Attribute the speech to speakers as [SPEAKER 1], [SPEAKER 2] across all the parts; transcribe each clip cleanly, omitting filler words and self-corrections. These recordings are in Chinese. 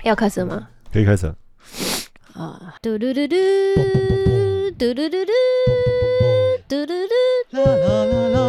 [SPEAKER 1] 要开始了吗？
[SPEAKER 2] 可以开始了。
[SPEAKER 1] 嘟嘟嘟嘟嘟嘟嘟嘟嘟嘟嘟，
[SPEAKER 2] 啦啦啦啦。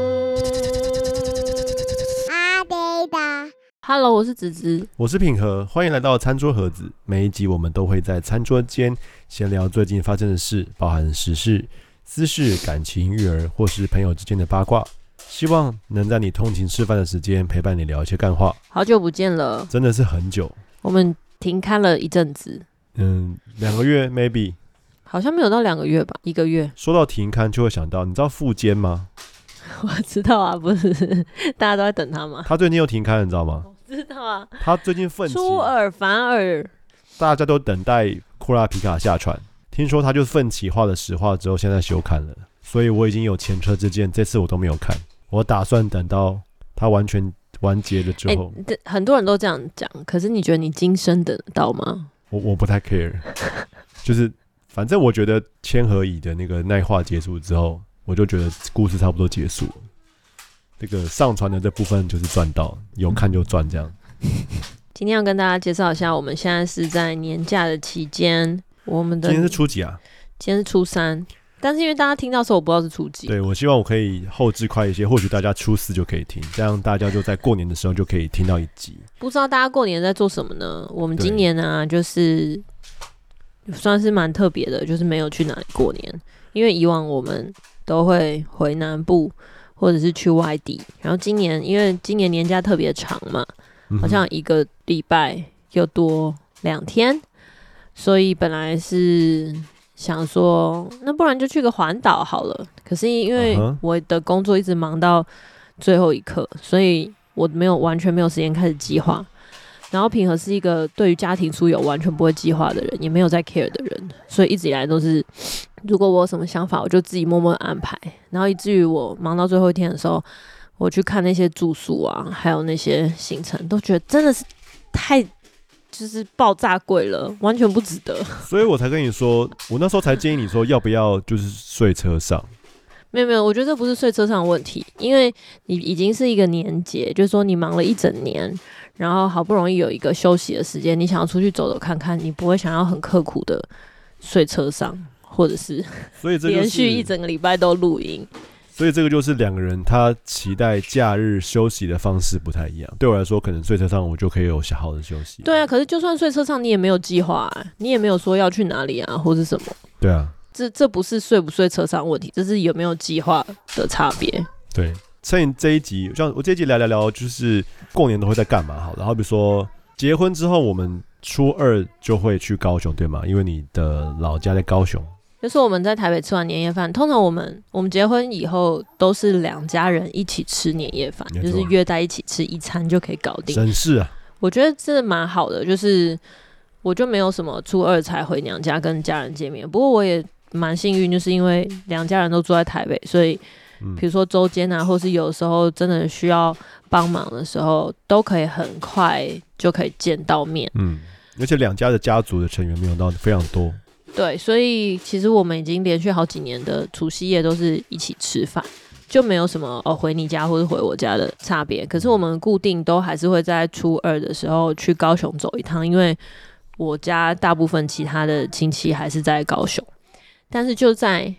[SPEAKER 3] 阿呆的
[SPEAKER 1] Hello， 我是子子。
[SPEAKER 2] 我是品和，欢迎来到餐桌盒子。每一集我们都会在餐桌间闲聊最近发生的事，包含时事、私事、感情、育儿，或是朋友之间的八卦。希望能在你通勤吃饭的时间陪伴你聊一些干话。
[SPEAKER 1] 好久不见了，
[SPEAKER 2] 真的是很久，
[SPEAKER 1] 我们停刊了一阵子
[SPEAKER 2] 2个月 maybe，
[SPEAKER 1] 好像没有到2个月吧，1个月。
[SPEAKER 2] 说到停刊就会想到，你知道富坚吗？
[SPEAKER 1] 我知道啊，不是大家都在等他吗？
[SPEAKER 2] 他最近又停刊了，你知道吗？
[SPEAKER 1] 知道啊，
[SPEAKER 2] 他最近奋起，
[SPEAKER 1] 出尔反尔。
[SPEAKER 2] 大家都等待库拉皮卡下船，听说他就奋起画了10画之后，现在休刊了，所以我已经有前车之鉴，这次我都没有看，我打算等到他完全完结了之后。
[SPEAKER 1] 很多人都这样讲，可是你觉得你今生等得到吗？
[SPEAKER 2] 我不太 care， 就是反正我觉得千和乙的那个奈画结束之后，我就觉得故事差不多结束了。这个上传的这部分就是赚到，有看就赚这样。
[SPEAKER 1] 今天要跟大家介绍一下，我们现在是在年假的期间，我们的
[SPEAKER 2] 今天是初几啊？
[SPEAKER 1] 今天是初3，但是因为大家听到的时候我不知道是初几。
[SPEAKER 2] 对，我希望我可以后置快一些，或许大家初4就可以听，这样大家就在过年的时候就可以听到一集。
[SPEAKER 1] 不知道大家过年在做什么呢？我们今年啊，就是算是蛮特别的，就是没有去哪里过年，因为以往我们都会回南部或者是去外地，然后因为今年年假特别长嘛，好像1个礼拜又多2天，所以本来是想说，那不然就去个环岛好了。可是因为我的工作一直忙到最后一刻，所以我完全没有时间开始计划。然后品和是一个对于家庭出游完全不会计划的人，也没有在 care 的人，所以一直以来都是，如果我有什么想法，我就自己默默安排。然后以至于我忙到最后一天的时候，我去看那些住宿啊，还有那些行程，都觉得真的是太就是爆炸贵了，完全不值得。
[SPEAKER 2] 所以我才跟你说，我那时候才建议你说要不要就是睡车上。
[SPEAKER 1] 没有，我觉得这不是睡车上的问题，因为你已经是一个年节，就是说你忙了一整年，然后好不容易有一个休息的时间，你想要出去走走看看，你不会想要很刻苦的睡车上，或者是连续一整个礼拜都录音。
[SPEAKER 2] 所以这个就是2个人他期待假日休息的方式不太一样。对我来说，可能睡车上我就可以有好的休息。
[SPEAKER 1] 对啊，可是就算睡车上，你也没有计划啊，你也没有说要去哪里啊，或是什么。
[SPEAKER 2] 对啊，
[SPEAKER 1] 这不是睡不睡车上的问题，这是有没有计划的差别。
[SPEAKER 2] 对，所以这一集，像我这一集聊，就是过年都会在干嘛好了。然后比如说结婚之后，我们初2就会去高雄，对吗？因为你的老家在高雄。
[SPEAKER 1] 就是我们在台北吃完年夜饭，通常我们结婚以后都是2家人一起吃年夜饭，就是约在一起吃一餐就可以搞定，
[SPEAKER 2] 省事啊。
[SPEAKER 1] 我觉得真的蛮好的，就是我就没有什么初2才回娘家跟家人见面。不过我也蛮幸运，就是因为2家人都住在台北，所以比如说周间啊，或是有时候真的需要帮忙的时候，都可以很快就可以见到面。
[SPEAKER 2] 而且2家的家族的成员没有到非常多。
[SPEAKER 1] 对，所以其实我们已经连续好几年的除夕夜都是一起吃饭，就没有什么回你家或是回我家的差别。可是我们固定都还是会在初2的时候去高雄走一趟，因为我家大部分其他的亲戚还是在高雄。但是就在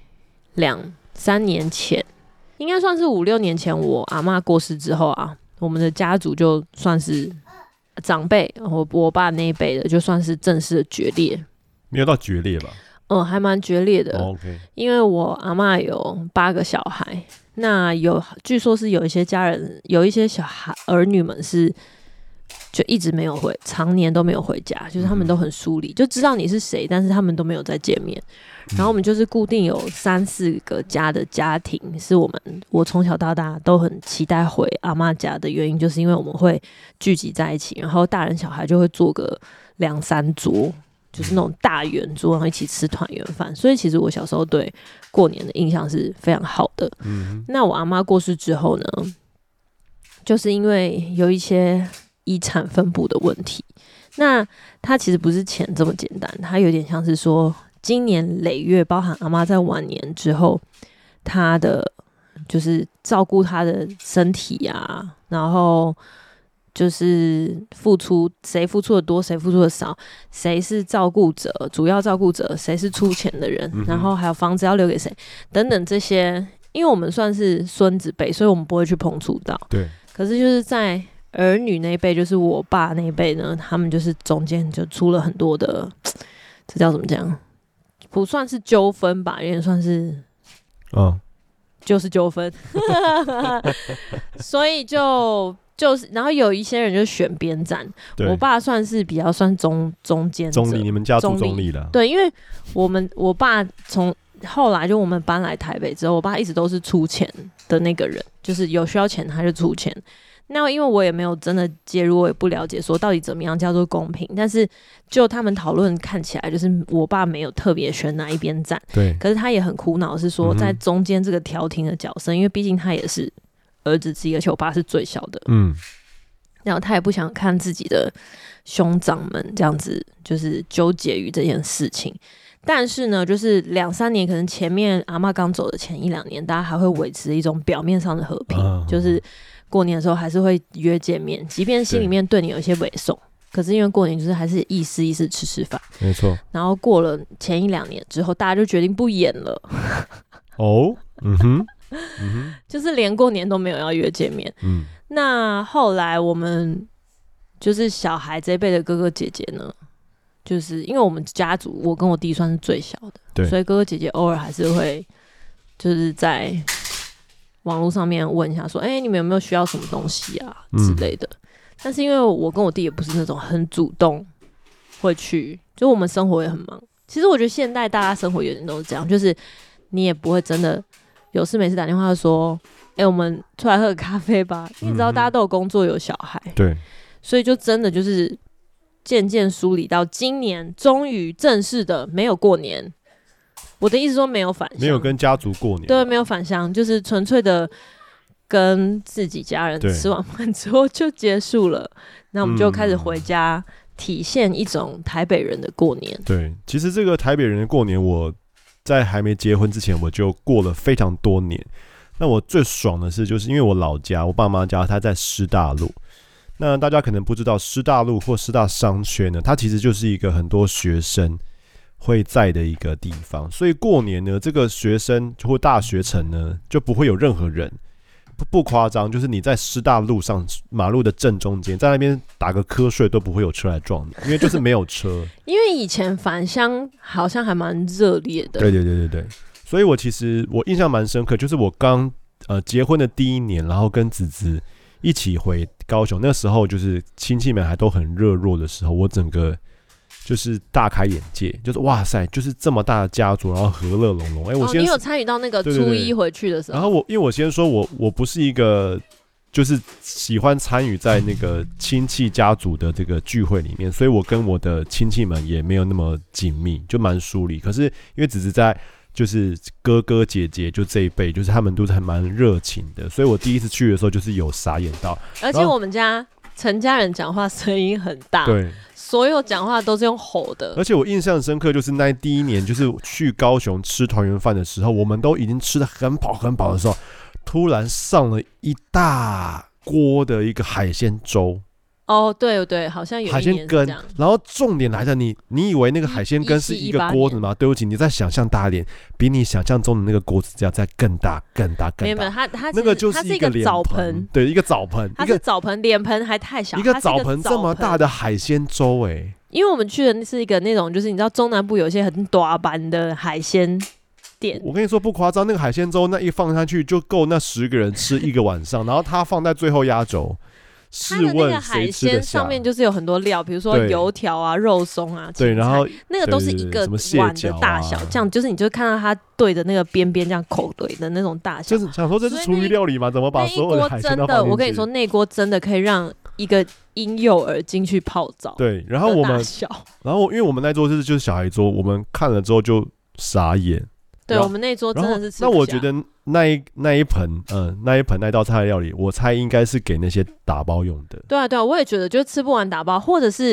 [SPEAKER 1] 2-3年前，应该算是5-6年前，我阿嬷过世之后啊，我们的家族就算是长辈，我爸那一辈的就算是正式的决裂。
[SPEAKER 2] 没有到决裂吧？
[SPEAKER 1] 还蛮决裂的。
[SPEAKER 2] OK， 因
[SPEAKER 1] 为我阿嬷有8个小孩，那据说是有一些家人，有一些小孩儿女们是就一直没有常年都没有回家，就是他们都很疏离，就知道你是谁，但是他们都没有再见面。然后我们就是固定有3-4个家的家庭，是我从小到大都很期待回阿嬷家的原因，就是因为我们会聚集在一起，然后大人小孩就会坐个2-3桌。就是那种大圆桌，然后一起吃团圆饭，所以其实我小时候对过年的印象是非常好的。那我阿嬷过世之后呢，就是因为有一些遗产分布的问题，那它其实不是钱这么简单，它有点像是说，经年累月，包含阿嬷在晚年之后，她的就是照顾她的身体啊，然后就是谁付出的多，谁付出的少，谁是照顾者，主要照顾者，谁是出钱的人，然后还有房子要留给谁，等等这些。因为我们算是孙子辈，所以我们不会去碰触到。
[SPEAKER 2] 对。
[SPEAKER 1] 可是就是在儿女那一辈，就是我爸那一辈呢，他们就是中间就出了很多的，这叫怎么讲？不算是纠纷吧，有点算是，就是纠纷。所以就是，然后有一些人就选边站。我爸算是比较算中间者，
[SPEAKER 2] 中立，你们家住中立了。
[SPEAKER 1] 对，因为我爸从后来就我们搬来台北之后，我爸一直都是出钱的那个人，就是有需要钱他就出钱。那因为我也没有真的介入，我也不了解说到底怎么样叫做公平。但是就他们讨论看起来，就是我爸没有特别选哪一边站。
[SPEAKER 2] 对。
[SPEAKER 1] 可是他也很苦恼，是说在中间这个调停的角色，因为毕竟他也是儿子之一，而且我爸是最小的。然后他也不想看自己的兄长们这样子，就是纠结于这件事情。但是呢，就是2-3年，可能前面阿嬷刚走的前1-2年，大家还会维持一种表面上的和平，就是过年的时候还是会约见面，即便心里面对你有一些委送，可是因为过年就是还是意思吃饭，
[SPEAKER 2] 没错。
[SPEAKER 1] 然后过了前1-2年之后，大家就决定不演了。就是连过年都没有要约见面。那后来我们就是小孩这一辈的哥哥姐姐呢，就是因为我们家族我跟我弟算是最小的，所以哥哥姐姐偶尔还是会就是在网络上面问一下说你们有没有需要什么东西啊之类的。但是因为我跟我弟也不是那种很主动会去，就我们生活也很忙。其实我觉得现代大家生活有点都是这样，就是你也不会真的有事没事打电话说我们出来喝个咖啡吧，因为你知道大家都有工作有小孩。
[SPEAKER 2] 对。
[SPEAKER 1] 所以就真的就是渐渐梳理到今年终于正式的没有过年。我的意思说没有返乡，
[SPEAKER 2] 没有跟家族过年。
[SPEAKER 1] 对，没有返乡，就是纯粹的跟自己家人吃完饭之后就结束了。那我们就开始回家，体现一种台北人的过年。
[SPEAKER 2] 对，其实这个台北人的过年，我在还没结婚之前我就过了非常多年。那我最爽的是，就是因为我老家，我爸妈家他在师大路。那大家可能不知道，师大路或师大商圈呢，它其实就是一个很多学生会在的一个地方。所以过年呢，这个学生或大学城呢，就不会有任何人，不夸张，就是你在师大路上马路的正中间，在那边打个瞌睡都不会有车来撞你，因为就是没有车。
[SPEAKER 1] 因为以前返乡好像还蛮热烈的。
[SPEAKER 2] 对。所以我其实印象蛮深刻，就是我刚结婚的第1年，然后跟子子一起回高雄，那时候就是亲戚们还都很热络的时候，我整个就是大开眼界，就是哇塞，就是这么大的家族，然后和乐融融。你
[SPEAKER 1] 有参与到那个初1回去的时候？
[SPEAKER 2] 然后因为我先说我不是一个就是喜欢参与在那个亲戚家族的这个聚会里面，所以我跟我的亲戚们也没有那么紧密，就蛮疏离。可是因为只是在就是哥哥姐姐就这一辈，就是他们都是还蛮热情的，所以我第一次去的时候就是有傻眼到。
[SPEAKER 1] 而且我们家陈家人讲话声音很大，
[SPEAKER 2] 对，
[SPEAKER 1] 所有讲话都是用吼的。
[SPEAKER 2] 而且我印象深刻，就是那第1年，就是去高雄吃团圆饭的时候，我们都已经吃得很饱的时候，突然上了一大锅的一个海鲜粥。
[SPEAKER 1] 对，好像有
[SPEAKER 2] 海鲜羹，然后重点来了，你以为那个海鲜羹是一个锅子吗？对不起，你再想象大一点，比你想象中的那个锅子要再更大。没有，
[SPEAKER 1] 它
[SPEAKER 2] 那个就是一个
[SPEAKER 1] 澡盆，
[SPEAKER 2] 对，一个澡盆，
[SPEAKER 1] 它是澡盆，脸盆还太小，
[SPEAKER 2] 一个澡盆这么大的海鲜粥
[SPEAKER 1] 因为我们去的是一个那种，就是你知道中南部有一些很大版的海鲜店，
[SPEAKER 2] 我跟你说不夸张，那个海鲜粥那一放下去就够那10个人吃1个晚上，然后它放在最后压轴。
[SPEAKER 1] 它的那个海鲜上面就是有很多料，比如说油条啊、肉松啊，
[SPEAKER 2] 对，然后
[SPEAKER 1] 那个都是一个碗的大小，这样就是你就看到它对的那个边边这样口对的那种大小，
[SPEAKER 2] 就是想说这是厨余料理吗？怎么把所有的海鲜都放进去？
[SPEAKER 1] 真的，我跟你说，那锅真的可以让一个婴幼儿进去泡澡。
[SPEAKER 2] 对，然后因为我们那桌就是小孩桌，我们看了之后就傻眼。
[SPEAKER 1] 对，我们那桌真的是吃不下。
[SPEAKER 2] 那我觉得那一盆那道菜料理，我猜应该是给那些打包用的。
[SPEAKER 1] 对啊，我也觉得，就是吃不完打包，或者是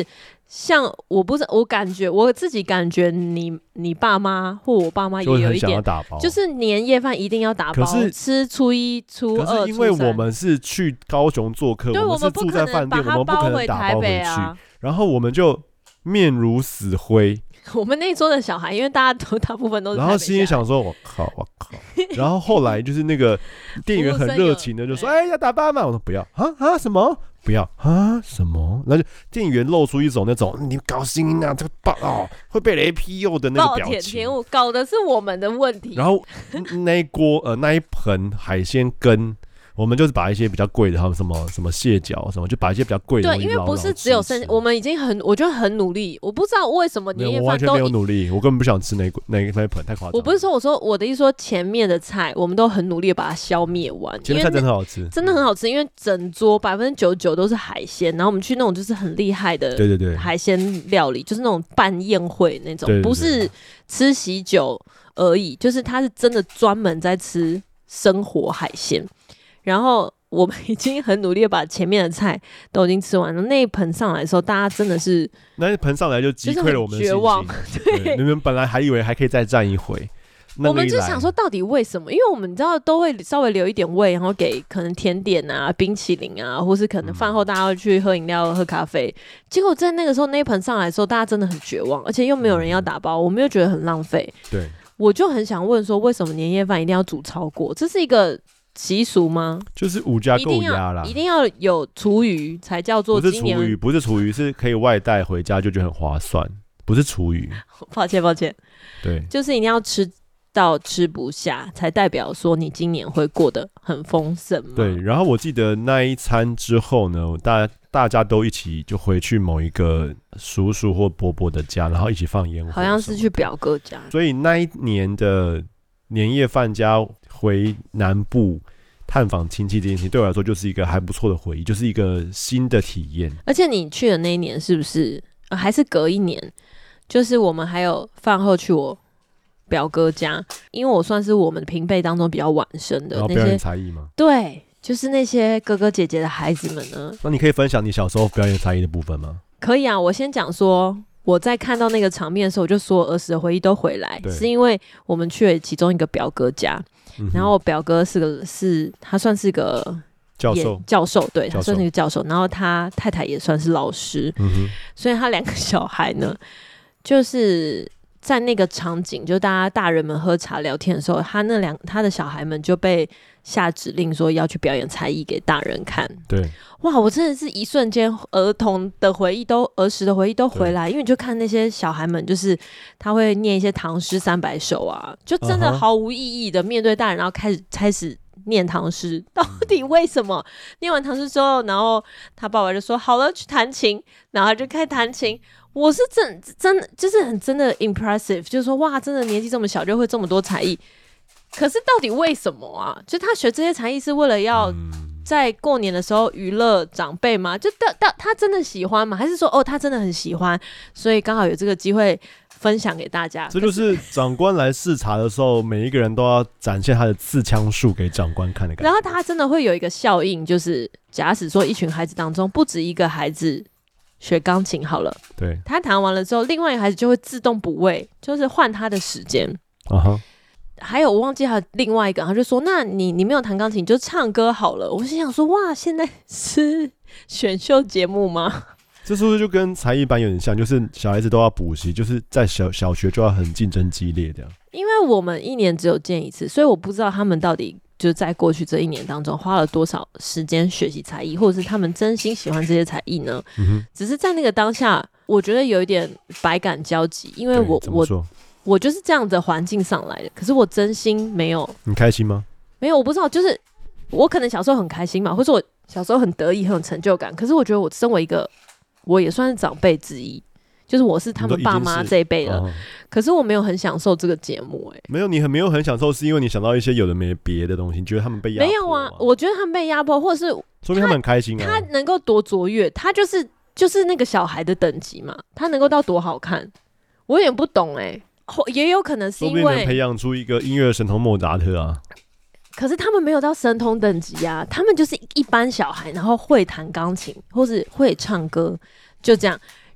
[SPEAKER 1] 像我不是我感觉我自己感觉你爸妈或我爸妈也有一点，就是年夜饭一定要打包，吃初一初二。
[SPEAKER 2] 可是因为我们是去高雄做客，我们是住在饭店，我们不可能打包回去，然后我们就面如死灰。
[SPEAKER 1] 我们那一桌的小孩，因为大部分都是台北小孩，
[SPEAKER 2] 然后心里想说：“我靠！”然后后来就是那个店员很热情的就说：“哎，要打包吗？”我说：“不要啊什么？不要啊什么？”然后就店员露出一种那种你高兴啊，这个爆哦会被雷劈哟的那个表情，
[SPEAKER 1] 搞的是我们的问题。
[SPEAKER 2] 然后那一锅那一盆海鲜羹。我们就是把一些比较贵的，还有什么蟹脚什么，就把一些比较贵的东西
[SPEAKER 1] 对，因为不是只有我们已经我觉得很努力。我不知道为什么年夜饭
[SPEAKER 2] 我完全没有努力，我根本不想吃那一盆，太夸张了。
[SPEAKER 1] 我不是说我的意思说前面的菜我们都很努力的把它消灭完。
[SPEAKER 2] 前面菜真的很好吃，
[SPEAKER 1] 真的很好吃，因为整桌99%都是海鲜，然后我们去那种就是很厉害的海鲜料理，就是那种办宴会那种，不是吃喜酒而已，就是他是真的专门在吃生活海鲜。然后我们已经很努力的把前面的菜都已经吃完了，那一盆上来的时候，大家真的是
[SPEAKER 2] 那一盆上来就击溃了我们的信心，
[SPEAKER 1] 绝望。对，
[SPEAKER 2] 你们本来还以为还可以再站一回，
[SPEAKER 1] 我们就想说到底为什么？因为我们知道都会稍微留一点胃，然后给可能甜点啊、冰淇淋啊，或是可能饭后大家会去喝饮料、喝咖啡。结果在那个时候那一盆上来的时候，大家真的很绝望，而且又没有人要打包，我们又觉得很浪费。
[SPEAKER 2] 对，
[SPEAKER 1] 我就很想问说，为什么年夜饭一定要煮超过？这是一个习俗吗？
[SPEAKER 2] 就是5加够鸭啦，
[SPEAKER 1] 一定要有厨余才叫做今年。
[SPEAKER 2] 不是厨余，是可以外带回家就觉得很划算，不是厨余。
[SPEAKER 1] 抱歉，对，就是一定要吃到吃不下，才代表说你今年会过得很丰盛嘛。
[SPEAKER 2] 对，然后我记得那一餐之后呢，大家都一起就回去某一个叔叔或伯伯的家，然后一起放烟火，
[SPEAKER 1] 好像是去表哥家。
[SPEAKER 2] 所以那一年的年夜饭加回南部探访亲戚这件事情，对我来说就是一个还不错的回忆，就是一个新的体验。
[SPEAKER 1] 而且你去的那一年是不是、还是隔一年？就是我们还有饭后去我表哥家，因为我算是我们平辈当中比较晚生的，
[SPEAKER 2] 然后表演才艺吗？
[SPEAKER 1] 对，就是那些哥哥姐姐的孩子们呢。
[SPEAKER 2] 那你可以分享你小时候表演才艺的部分吗？
[SPEAKER 1] 可以啊，我先讲说。我在看到那个场面的时候，我就所有儿时的回忆都回来，是因为我们去了其中一个表哥家，然后我表哥他算是个教授，对，他算是一个教授，然后他太太也算是老师，所以他2个小孩呢，就是在那个场景，就大人们喝茶聊天的时候，他的小孩们就被下指令说要去表演才艺给大人看。
[SPEAKER 2] 对，
[SPEAKER 1] 哇，我真的是一瞬间儿时的回忆都回来，因为你就看那些小孩们，就是他会念一些唐诗300首啊，就真的毫无意义的面对大人，然后开始念唐诗，到底为什么？念完唐诗之后，然后他爸爸就说好了，去弹琴，然后就开始弹琴。我是真的就是很真的 impressive， 就是说哇，真的年纪这么小就会这么多才艺。可是到底为什么啊？就他学这些才艺是为了要在过年的时候娱乐长辈吗？就他真的喜欢吗？还是说他真的很喜欢，所以刚好有这个机会分享给大家？
[SPEAKER 2] 这就是长官来视察的时候，每一个人都要展现他的刺枪术给长官看的感觉。
[SPEAKER 1] 然后他真的会有一个效应，就是假使说一群孩子当中不止一个孩子学钢琴好了，
[SPEAKER 2] 对，
[SPEAKER 1] 他弹完了之后，另外一个孩子就会自动补位，就是换他的时间。还有我忘记还有另外一个，他就说：“那你没有弹钢琴，你就唱歌好了。”我心想说：“哇，现在是选秀节目吗？”
[SPEAKER 2] 这是不是就跟才艺班有点像？就是小孩子都要补习，就是在小学就要很竞争激烈这样。
[SPEAKER 1] 因为我们1年只有见一次，所以我不知道他们到底就是在过去这1年当中花了多少时间学习才艺，或者是他们真心喜欢这些才艺呢？只是在那个当下，我觉得有一点百感交集，因为我就是这样的环境上来的，可是我真心没有。
[SPEAKER 2] 你开心吗？
[SPEAKER 1] 没有，我不知道，就是我可能小时候很开心嘛，或者我小时候很得意、很有成就感。可是我觉得我身为一个，我也算是长辈之一，就是我是他们爸妈这一辈的，可是我没有很享受这个节目。
[SPEAKER 2] 没有，你没有很享受，是因为你想到一些有的没别的东西，你觉得他们被压迫？
[SPEAKER 1] 没有啊，我觉得他们被压迫，或者是
[SPEAKER 2] 说明他们很开心啊。
[SPEAKER 1] 他能够多卓越，他就是那个小孩的等级嘛，他能够到多好看，我有点不懂也有可能是因为
[SPEAKER 2] 说不定能培养出一个音乐神童莫扎特啊。
[SPEAKER 1] 可是他们没有到神童等级啊，他们就是一般小孩，然后会弹钢琴或是会唱歌，就这样。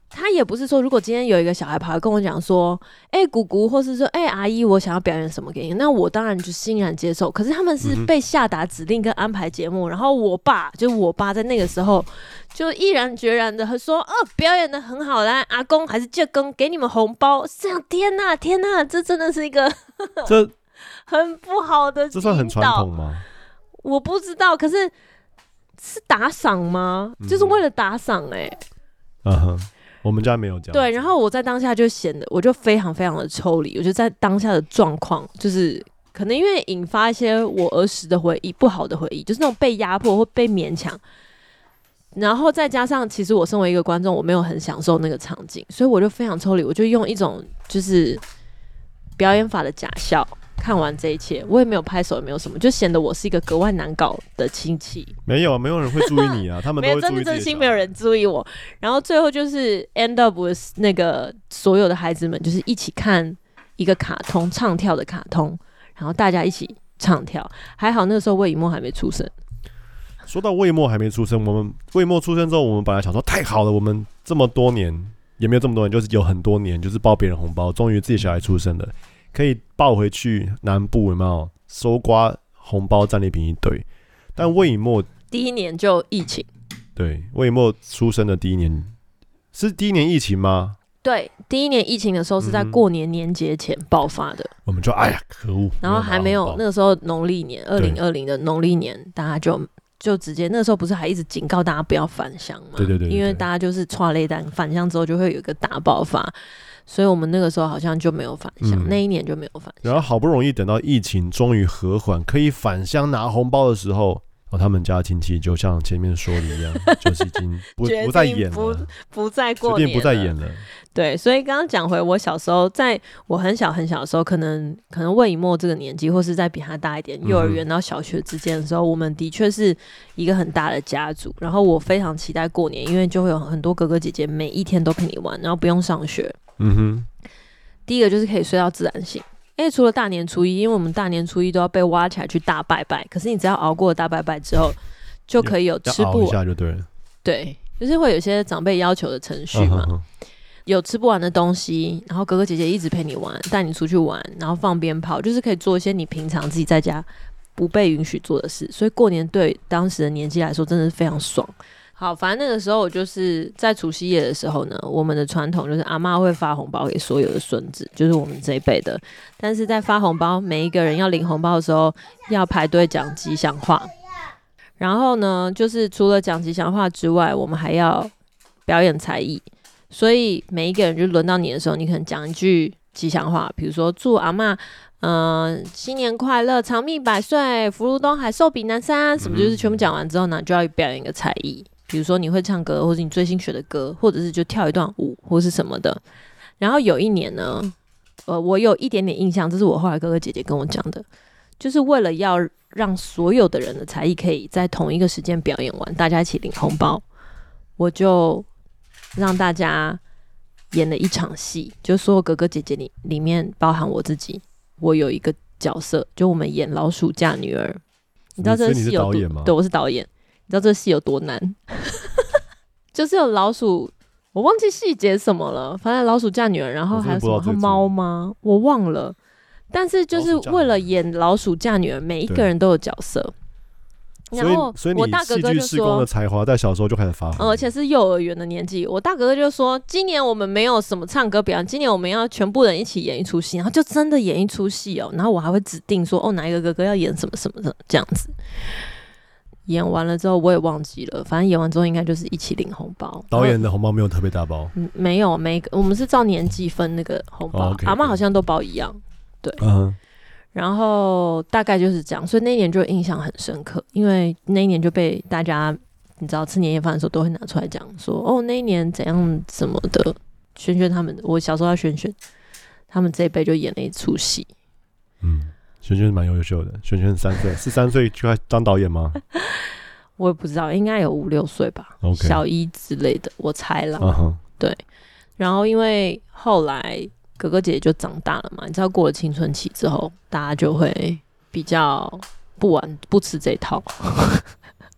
[SPEAKER 1] 他也不是说，如果今天有一个小孩跑来跟我讲说，姑姑，或是说，阿姨，我想要表演什么给你，那我当然就欣然接受。可是他们是被下达指令跟安排节目，然后我爸在那个时候就毅然决然的说，表演的很好，来，阿公还是舅公给你们红包，这样，天哪，这真的是一个
[SPEAKER 2] 这
[SPEAKER 1] 很不好的，
[SPEAKER 2] 这算很传统吗？
[SPEAKER 1] 我不知道，可是打赏吗？就是为了打赏
[SPEAKER 2] 我们家没有这样。
[SPEAKER 1] 对，然后我在当下就显得我就非常非常的抽离，我就在当下的状况，就是可能因为引发一些我儿时的回忆，不好的回忆，就是那种被压迫或被勉强，然后再加上其实我身为一个观众，我没有很享受那个场景，所以我就非常抽离，我就用一种就是表演法的假笑。看完这一切，我也没有拍手，也没有什么，就显得我是一个格外难搞的亲戚。
[SPEAKER 2] 没有人会注意你啊，他们都会注意自己的小孩。没有
[SPEAKER 1] 真心没有人注意我。然后最后就是 end up with 那个所有的孩子们，就是一起看一个卡通，唱跳的卡通，然后大家一起唱跳。还好那个时候魏以沫还没出生。
[SPEAKER 2] 说到魏沫还没出生，我们魏沫出生之后，我们本来想说太好了，我们这么多年也没有这么多年，就是有很多年就是包别人红包，终于自己小孩出生了。可以抱回去南部有没有收刮红包战利品一堆？但魏以沫
[SPEAKER 1] 第一年就疫情，
[SPEAKER 2] 对，魏以沫出生的第一年是第一年疫情吗？
[SPEAKER 1] 对，第一年疫情的时候是在过年年节前爆发的。
[SPEAKER 2] 我们就哎呀，可恶！
[SPEAKER 1] 然后还没有那个时候农历年2020的农历年，大家就直接那个时候不是还一直警告大家不要返乡吗？
[SPEAKER 2] 对，
[SPEAKER 1] 因为大家就是剉咧单返乡之后就会有一个大爆发。所以我们那个时候好像就没有返乡，那一年就没有返乡。
[SPEAKER 2] 然后好不容易等到疫情终于和缓，可以返乡拿红包的时候，他们家亲戚就像前面说的一样，就是已经不再演了，
[SPEAKER 1] 不再过年了，
[SPEAKER 2] 决定不再演了。
[SPEAKER 1] 对，所以刚刚讲回我小时候，在我很小很小的时候，可能魏以沫这个年纪，或是再比他大一点，幼儿园到小学之间的时候，我们的确是一个很大的家族。然后我非常期待过年，因为就会有很多哥哥姐姐每一天都陪你玩，然后不用上学。第一个就是可以睡到自然醒，因为除了大年初一，因为我们大年初一都要被挖起来去大拜拜，可是你只要熬过了大拜拜之后，就可以有吃不完，
[SPEAKER 2] 要熬一下就对了。
[SPEAKER 1] 对，就是会有一些长辈要求的程序嘛，有吃不完的东西，然后哥哥姐姐一直陪你玩，带你出去玩，然后放鞭炮，就是可以做一些你平常自己在家不被允许做的事，所以过年对当时的年纪来说真的是非常爽。好，反正那个时候我就是在除夕夜的时候呢，我们的传统就是阿嬷会发红包给所有的孙子，就是我们这一辈的。但是在发红包，每一个人要领红包的时候，要排队讲吉祥话。然后呢，就是除了讲吉祥话之外，我们还要表演才艺。所以每一个人就轮到你的时候，你可能讲一句吉祥话，比如说祝阿嬷新年快乐，长命百岁，福如东海，寿比南山，什么就是全部讲完之后呢，就要表演一个才艺。比如说你会唱歌，或者你最新学的歌，或者是就跳一段舞或是什么的。然后有一年呢，我有一点点印象，这是我后来哥哥姐姐跟我讲的，就是为了要让所有的人的才艺可以在同一个时间表演完，大家一起领红包，我就让大家演了一场戏，就所有哥哥姐姐里面包含我自己，我有一个角色，就我们演老鼠嫁女儿。你知道这个戏有多？对，我是导演。你知道这个戏有多难？就是有老鼠，我忘记细节什么了。反正老鼠嫁女儿，然后还有什么猫吗？我忘了。但是就是为了演老鼠嫁女儿，每一个人都有角色。然后我大哥哥就说，戏剧施工
[SPEAKER 2] 的才华在小时候就开始发挥，
[SPEAKER 1] 而且是幼儿园的年纪。我大哥哥就说，今年我们没有什么唱歌表演，今年我们要全部人一起演一出戏，然后就真的演一出戏哦。然后我还会指定说，哪一个哥哥要演什么什么的这样子。演完了之后我也忘记了，反正演完之后应该就是一起领红包。
[SPEAKER 2] 导演的红包没有特别大包？
[SPEAKER 1] 没有，我们是照年纪分那个红包，阿嬷好像都包一样。对，然后大概就是这样，所以那一年就印象很深刻，因为那一年就被大家，你知道吃年夜饭的时候都会拿出来讲说，那一年怎样什么的。萱萱他们，我小时候要萱萱，他们这一辈就演了一出戏。
[SPEAKER 2] 萱萱蛮优秀的，萱萱3岁，是3岁就开始当导演吗？
[SPEAKER 1] 我也不知道，应该有5、6岁吧，小1之类的，我猜啦。对，然后因为后来哥哥姐姐就长大了嘛，你知道过了青春期之后，大家就会比较不吃这套，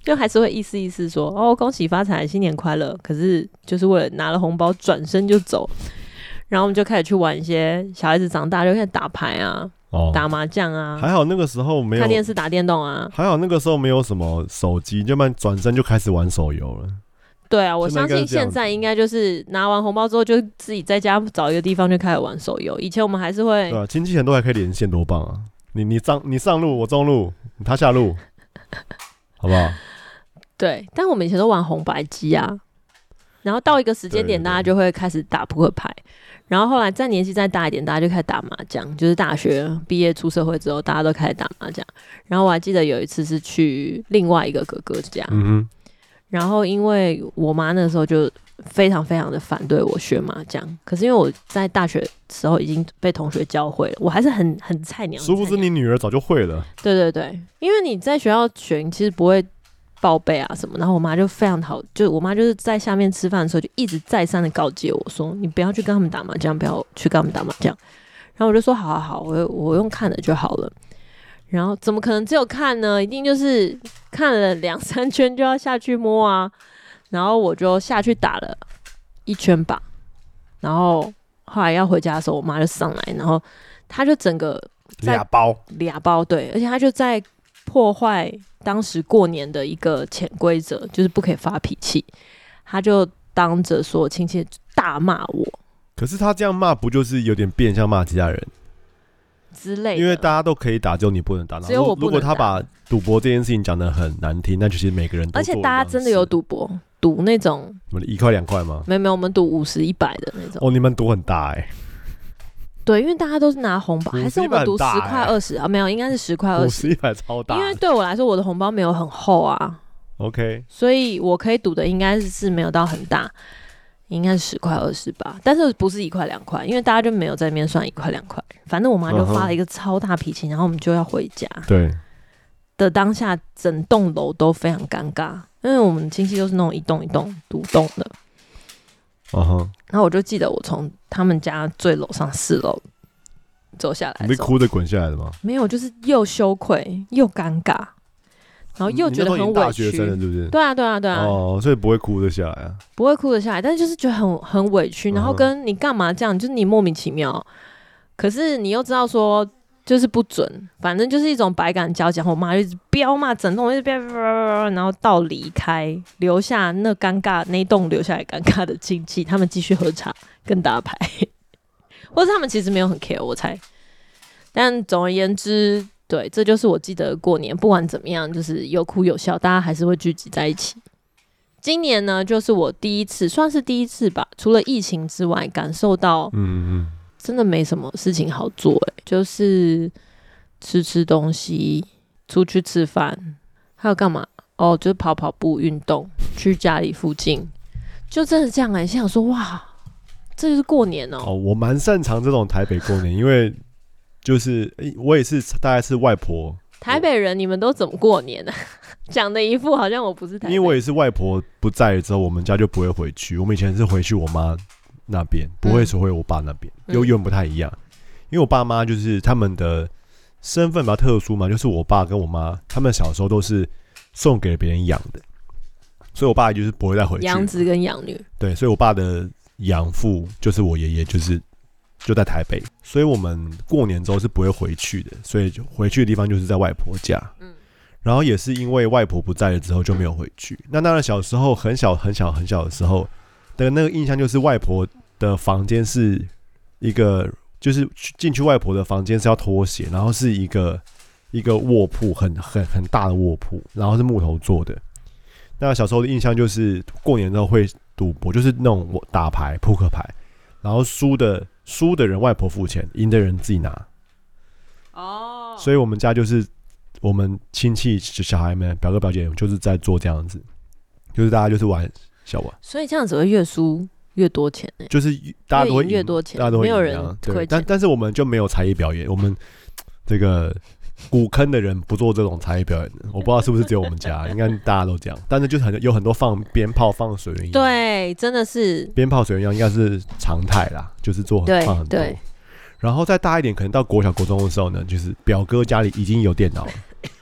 [SPEAKER 1] 就还是会意思意思说哦恭喜发财，新年快乐。可是就是为了拿了红包转身就走，然后我们就开始去玩一些小孩子长大就开始打牌啊。打麻将啊，
[SPEAKER 2] 还好那个时候没有
[SPEAKER 1] 看电视打电动啊，
[SPEAKER 2] 还好那个时候没有什么手机，要不然转身就开始玩手游了。
[SPEAKER 1] 对啊，我相信现在应该就是拿完红包之后就自己在家找一个地方就开始玩手游。以前我们还是会，
[SPEAKER 2] 对啊，亲戚很多还可以连线，多棒啊！你上路，我中路，他下路，好不好？
[SPEAKER 1] 对，但我们以前都玩红白机啊，然后到一个时间点，大家就会开始打扑克牌。然后后来再年纪再大一点，大家就开始打麻将，就是大学毕业出社会之后，大家都开始打麻将。然后我还记得有一次是去另外一个哥哥家，然后因为我妈那时候就非常非常的反对我学麻将，可是因为我在大学时候已经被同学教会了，我还是很菜鸟。
[SPEAKER 2] 殊不知你女儿早就会了。
[SPEAKER 1] 对对对，因为你在学校学，你其实不会报备啊什么，然后我妈就非常就我妈就是在下面吃饭的时候就一直再三的告诫我说，你不要去跟他们打麻将，不要去跟他们打麻将。然后我就说好好好，我用看的就好了。然后怎么可能只有看呢？一定就是看了2-3圈就要下去摸啊。然后我就下去打了1圈吧。然后后来要回家的时候，我妈就上来，然后她就整个
[SPEAKER 2] 俩包，
[SPEAKER 1] 对，而且她就在破坏当时过年的一个潜规则，就是不可以发脾气。他就当着所有亲戚大骂我。
[SPEAKER 2] 可是他这样骂，不就是有点变相骂其他人
[SPEAKER 1] 之类的？
[SPEAKER 2] 因为大家都可以打，只有你不能打。
[SPEAKER 1] 只有我不能打。
[SPEAKER 2] 如果他把赌博这件事情讲得很难听，那其实每个人都做。
[SPEAKER 1] 而且大家真的有赌博，赌那种
[SPEAKER 2] 什么1块2块吗？
[SPEAKER 1] 没有，我们赌50、100的那种。
[SPEAKER 2] 哦，你们赌很大
[SPEAKER 1] 对，因为大家都是拿红包，还是我们赌10块20啊？没有，应该是10块20。
[SPEAKER 2] 50、100超大。
[SPEAKER 1] 因为对我来说，我的红包没有很厚啊。
[SPEAKER 2] OK。
[SPEAKER 1] 所以我可以赌的应该是没有到很大，应该是10块20吧。但是不是1块2块，因为大家就没有在那边算1块2块。反正我妈就发了一个超大脾气，然后我们就要回家。
[SPEAKER 2] 对。
[SPEAKER 1] 的当下，整栋楼都非常尴尬，因为我们亲戚都是那种一栋一栋独栋的。然后我就记得我从他们家最楼上4楼走下来，
[SPEAKER 2] 你被哭着滚下来的吗？
[SPEAKER 1] 没有，就是又羞愧又尴尬，然后又觉得很委屈。
[SPEAKER 2] 大学生了，对不对？
[SPEAKER 1] 对啊，对啊，对啊。
[SPEAKER 2] 哦，所以不会哭得下来啊？
[SPEAKER 1] 不会哭得下来，但是就是觉得很委屈，然后跟你干嘛这样，就是你莫名其妙，可是你又知道说就是不准，反正就是一种百感交集。我妈就一直飙骂，整栋一直飙，然后到离开，留下那尴尬那栋留下来尴尬的亲戚，他们继续喝茶跟打牌，或者他们其实没有很 care， 我猜。但总而言之，对，这就是我记得过年不管怎么样，就是有哭有笑，大家还是会聚集在一起。今年呢，就是我第一次，算是第一次吧，除了疫情之外，感受到，真的没什么事情好做，就是吃东西，出去吃饭，还有干嘛？哦，就是跑步运动，去家里附近，就真的这样想说哇，这就是过年哦。
[SPEAKER 2] 我蛮擅长这种台北过年，因为就是我也是大概是外婆。
[SPEAKER 1] 台北人，你们都怎么过年呢？讲的一副好像我不是台北人。
[SPEAKER 2] 因为我也是外婆不在了之后，我们家就不会回去。我们以前是回去我妈那边，不会回我爸那边，有点不太一样。因为我爸妈就是他们的身份比较特殊嘛，就是我爸跟我妈他们小时候都是送给别人养的，所以我爸就是不会再回去。
[SPEAKER 1] 养子跟养女。对，
[SPEAKER 2] 所以我爸的养父就是我爷爷，就在台北，所以我们过年之后是不会回去的，所以回去的地方就是在外婆家。然后也是因为外婆不在了之后就没有回去。那当然小时候很小的时候的那个印象就是外婆的房间是一个，就是进去外婆的房间是要脱鞋，然后是一个卧铺，很大的卧铺，然后是木头做的。那小时候的印象就是过年之后会赌博，就是那种打牌扑克牌，然后输的人外婆付钱，赢的人自己拿。所以我们家就是我们亲戚小孩们表哥表姐就是在做这样子，就是大家就是玩小玩。
[SPEAKER 1] 所以这样子会越输越多钱
[SPEAKER 2] 就是大家都会
[SPEAKER 1] 越多钱，
[SPEAKER 2] 大家都会
[SPEAKER 1] 没有人亏钱。
[SPEAKER 2] 但是我们就没有才艺表演，我们这个古坑的人不做这种才艺表演的。我不知道是不是只有我们家，应该大家都这样。但是就是有很多放鞭炮、放水鸳鸯，
[SPEAKER 1] 对，真的是
[SPEAKER 2] 鞭炮、水鸳鸯应该是常态啦，就是放很多。然后再大一点，可能到国小、国中的时候呢，就是表哥家里已经有电脑了，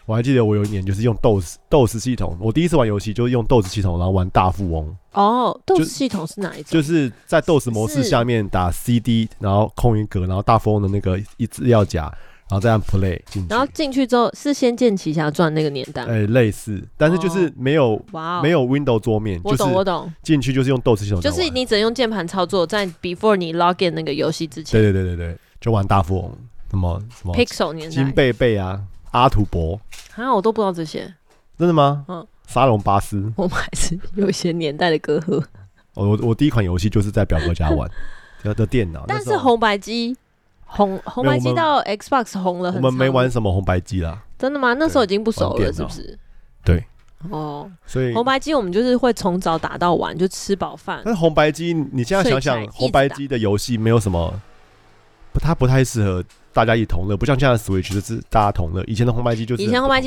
[SPEAKER 2] 我还记得我有一年就是用DOS 系统，我第一次玩游戏就是用 DOS 系统，然后玩大富翁。
[SPEAKER 1] 哦，DOS 系统是哪一种？
[SPEAKER 2] 就是在 DOS 模式下面打 CD， 然后空一格，然后大富翁的那个资料夹，然后再按 Play 进去。
[SPEAKER 1] 然后进去之后是《仙剑奇侠传》那个年代，
[SPEAKER 2] 类似，但是就是没有、
[SPEAKER 1] 哇、
[SPEAKER 2] 没有 Windows 桌面，
[SPEAKER 1] 我懂，
[SPEAKER 2] 进去就是用 DOS 系统，
[SPEAKER 1] 就是你只能用键盘操作，在 before 你 log in 那个游戏之前。
[SPEAKER 2] 对，就玩大富翁，什么
[SPEAKER 1] Pixel 年代，
[SPEAKER 2] 金贝贝啊，阿土伯
[SPEAKER 1] 啊，我都不知道这些。
[SPEAKER 2] 真的吗？
[SPEAKER 1] 嗯，
[SPEAKER 2] 沙龙巴斯，
[SPEAKER 1] 我们还是有一些年代的隔阂。
[SPEAKER 2] 我第一款游戏就是在表哥家玩的电脑，
[SPEAKER 1] 但是红白机红白机到 Xbox 红了很长。
[SPEAKER 2] 我们没玩什么红白机啦。
[SPEAKER 1] 真的吗？那时候已经不熟了，是不是？
[SPEAKER 2] 对。
[SPEAKER 1] 哦，
[SPEAKER 2] 所以
[SPEAKER 1] 红白机我们就是会从早打到晚，就吃饱饭。
[SPEAKER 2] 但是红白机，你现在想想，红白机的游戏没有什么，它不太适合大家一起同乐，不像现在的 Switch 就是大家同乐。以前的红白机就是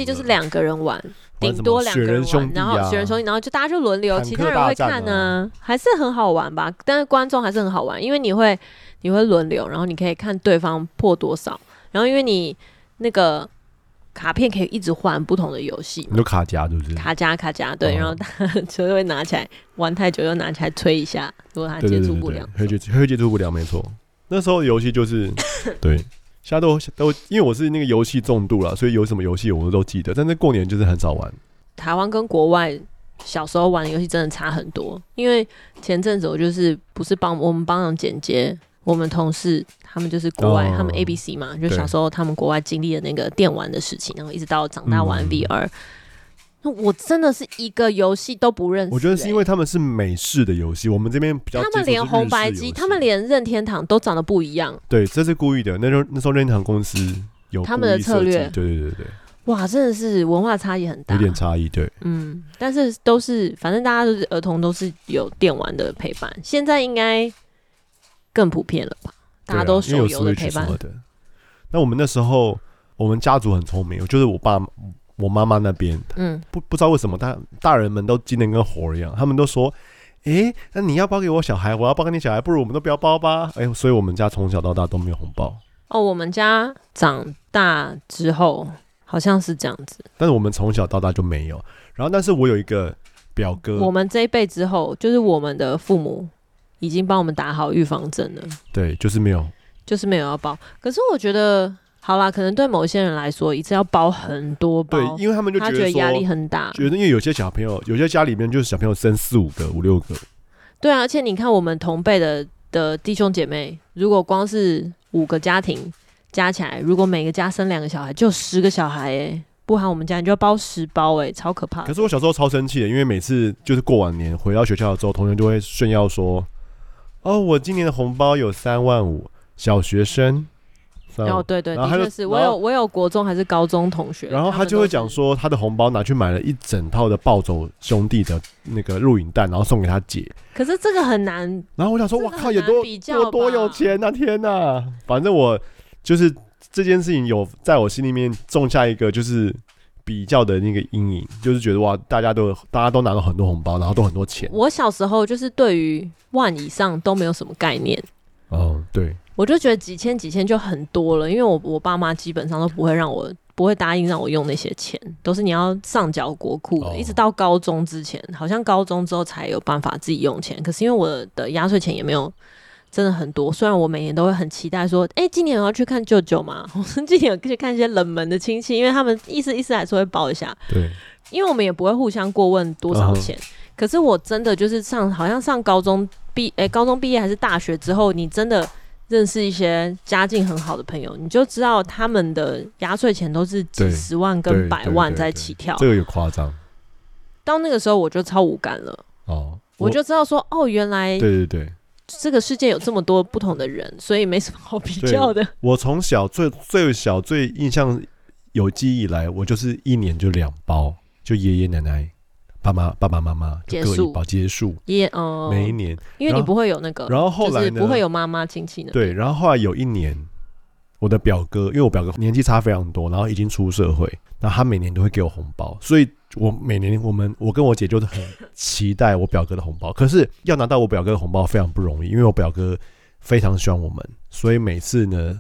[SPEAKER 1] 2个人玩，顶多2个人玩，然后雪人兄弟，然后就大家就轮流，其他人会看呢，还是很好玩吧？但是观众还是很好玩，因为你会轮流，然后你可以看对方破多少，然后因为你那个卡片可以一直换不同的游戏，
[SPEAKER 2] 你就卡夹是不是？
[SPEAKER 1] 卡夹对，然后他就会拿起来玩太久，又拿起来吹一下，如果他接触不良，
[SPEAKER 2] 会接触不良，没错。那时候游戏就是对。现在都因为我是那个游戏重度啦，所以有什么游戏我都记得，但是过年就是很少玩。
[SPEAKER 1] 台湾跟国外小时候玩的游戏真的差很多，因为前阵子我就是不是我们帮忙剪接，我们同事他们就是国外，他们 ABC 嘛，就小时候他们国外经历的那个电玩的事情，然后一直到长大玩 VR。我真的是一个游戏都不认识、
[SPEAKER 2] 我觉得是因为他们是美式的游戏，我们这边比较。
[SPEAKER 1] 他们连红白机，他们连任天堂都长得不一样。
[SPEAKER 2] 对，这是故意的。那时候任天堂公司有
[SPEAKER 1] 他们的策略，
[SPEAKER 2] 对。
[SPEAKER 1] 哇，真的是文化差异很大，
[SPEAKER 2] 有点差异，对。
[SPEAKER 1] 但是都是，反正大家都是儿童，都是有电玩的陪伴。现在应该更普遍了吧？大家都手游的陪伴。
[SPEAKER 2] 那我们那时候，我们家族很聪明，就是我妈妈那边，不知道为什么，大人们都精得跟活一样，他们都说，那你要包给我小孩，我要包给你小孩，不如我们都不要包吧。所以我们家从小到大都没有红包。
[SPEAKER 1] 我们家长大之后好像是这样子，
[SPEAKER 2] 但是我们从小到大就没有。然后，但是我有一个表哥，
[SPEAKER 1] 我们这一辈之后，就是我们的父母已经帮我们打好预防针了。
[SPEAKER 2] 对，就是没有
[SPEAKER 1] 要包。可是我觉得。好啦，可能对某些人来说，一次要包很多包，
[SPEAKER 2] 对，因为他们就觉得
[SPEAKER 1] 压力很大，
[SPEAKER 2] 觉得因为有些小朋友，有些家里面就是小朋友生4、5个、5、6个，
[SPEAKER 1] 对啊，而且你看我们同辈的弟兄姐妹，如果光是5个家庭加起来，如果每个家生2个小孩，就10个小孩不含我们家，你就要包10包超可怕。
[SPEAKER 2] 可是我小时候超生气的，因为每次就是过完年回到学校之后，同学就会炫耀说：“我今年的红包有3万5，小学生。”
[SPEAKER 1] 对，的确是我有国中还是高中同学，
[SPEAKER 2] 然后他就会讲说他的红包拿去买了一整套的暴走兄弟的那个录影带，然后送给他姐。
[SPEAKER 1] 可是这个很难。
[SPEAKER 2] 然后我想说，哇靠，有多有钱啊！天哪，反正我就是这件事情有在我心里面种下一个就是比较的那个阴影，就是觉得哇，大家都拿到很多红包，然后都很多钱。
[SPEAKER 1] 我小时候就是对于1万以上都没有什么概念。
[SPEAKER 2] 对。
[SPEAKER 1] 我就觉得几千就很多了，因为我爸妈基本上都不会答应让我用那些钱，都是你要上缴国库的，一直到高中之前，好像高中之后才有办法自己用钱。可是因为我的压岁钱也没有真的很多，虽然我每年都会很期待说，今年我要去看舅舅嘛，我今年有去看一些冷门的亲戚，因为他们意思还是会包一下，
[SPEAKER 2] 对，
[SPEAKER 1] 因为我们也不会互相过问多少钱。可是我真的就是好像上高中高中毕业还是大学之后，你真的认识一些家境很好的朋友，你就知道他们的压岁钱都是几10万跟100万在起跳，
[SPEAKER 2] 这个有夸张。
[SPEAKER 1] 到那个时候我就超无感了，我就知道说原来
[SPEAKER 2] 对，
[SPEAKER 1] 这个世界有这么多不同的人，所以没什么好比较的。
[SPEAKER 2] 我从小最小最印象有记忆以来，我就是1年就2包，就爷爷奶奶。爸爸妈妈就各1包结束，每一年，
[SPEAKER 1] 因为你不会有那个，
[SPEAKER 2] 然后后来呢，
[SPEAKER 1] 就是不会有妈妈亲戚的。
[SPEAKER 2] 对，然后后来有一年，我的表哥，因为我表哥年纪差非常多，然后已经出社会，然后他每年都会给我红包，所以我每年我跟我姐就是很期待我表哥的红包。可是要拿到我表哥的红包非常不容易，因为我表哥非常喜欢我们，所以每次呢，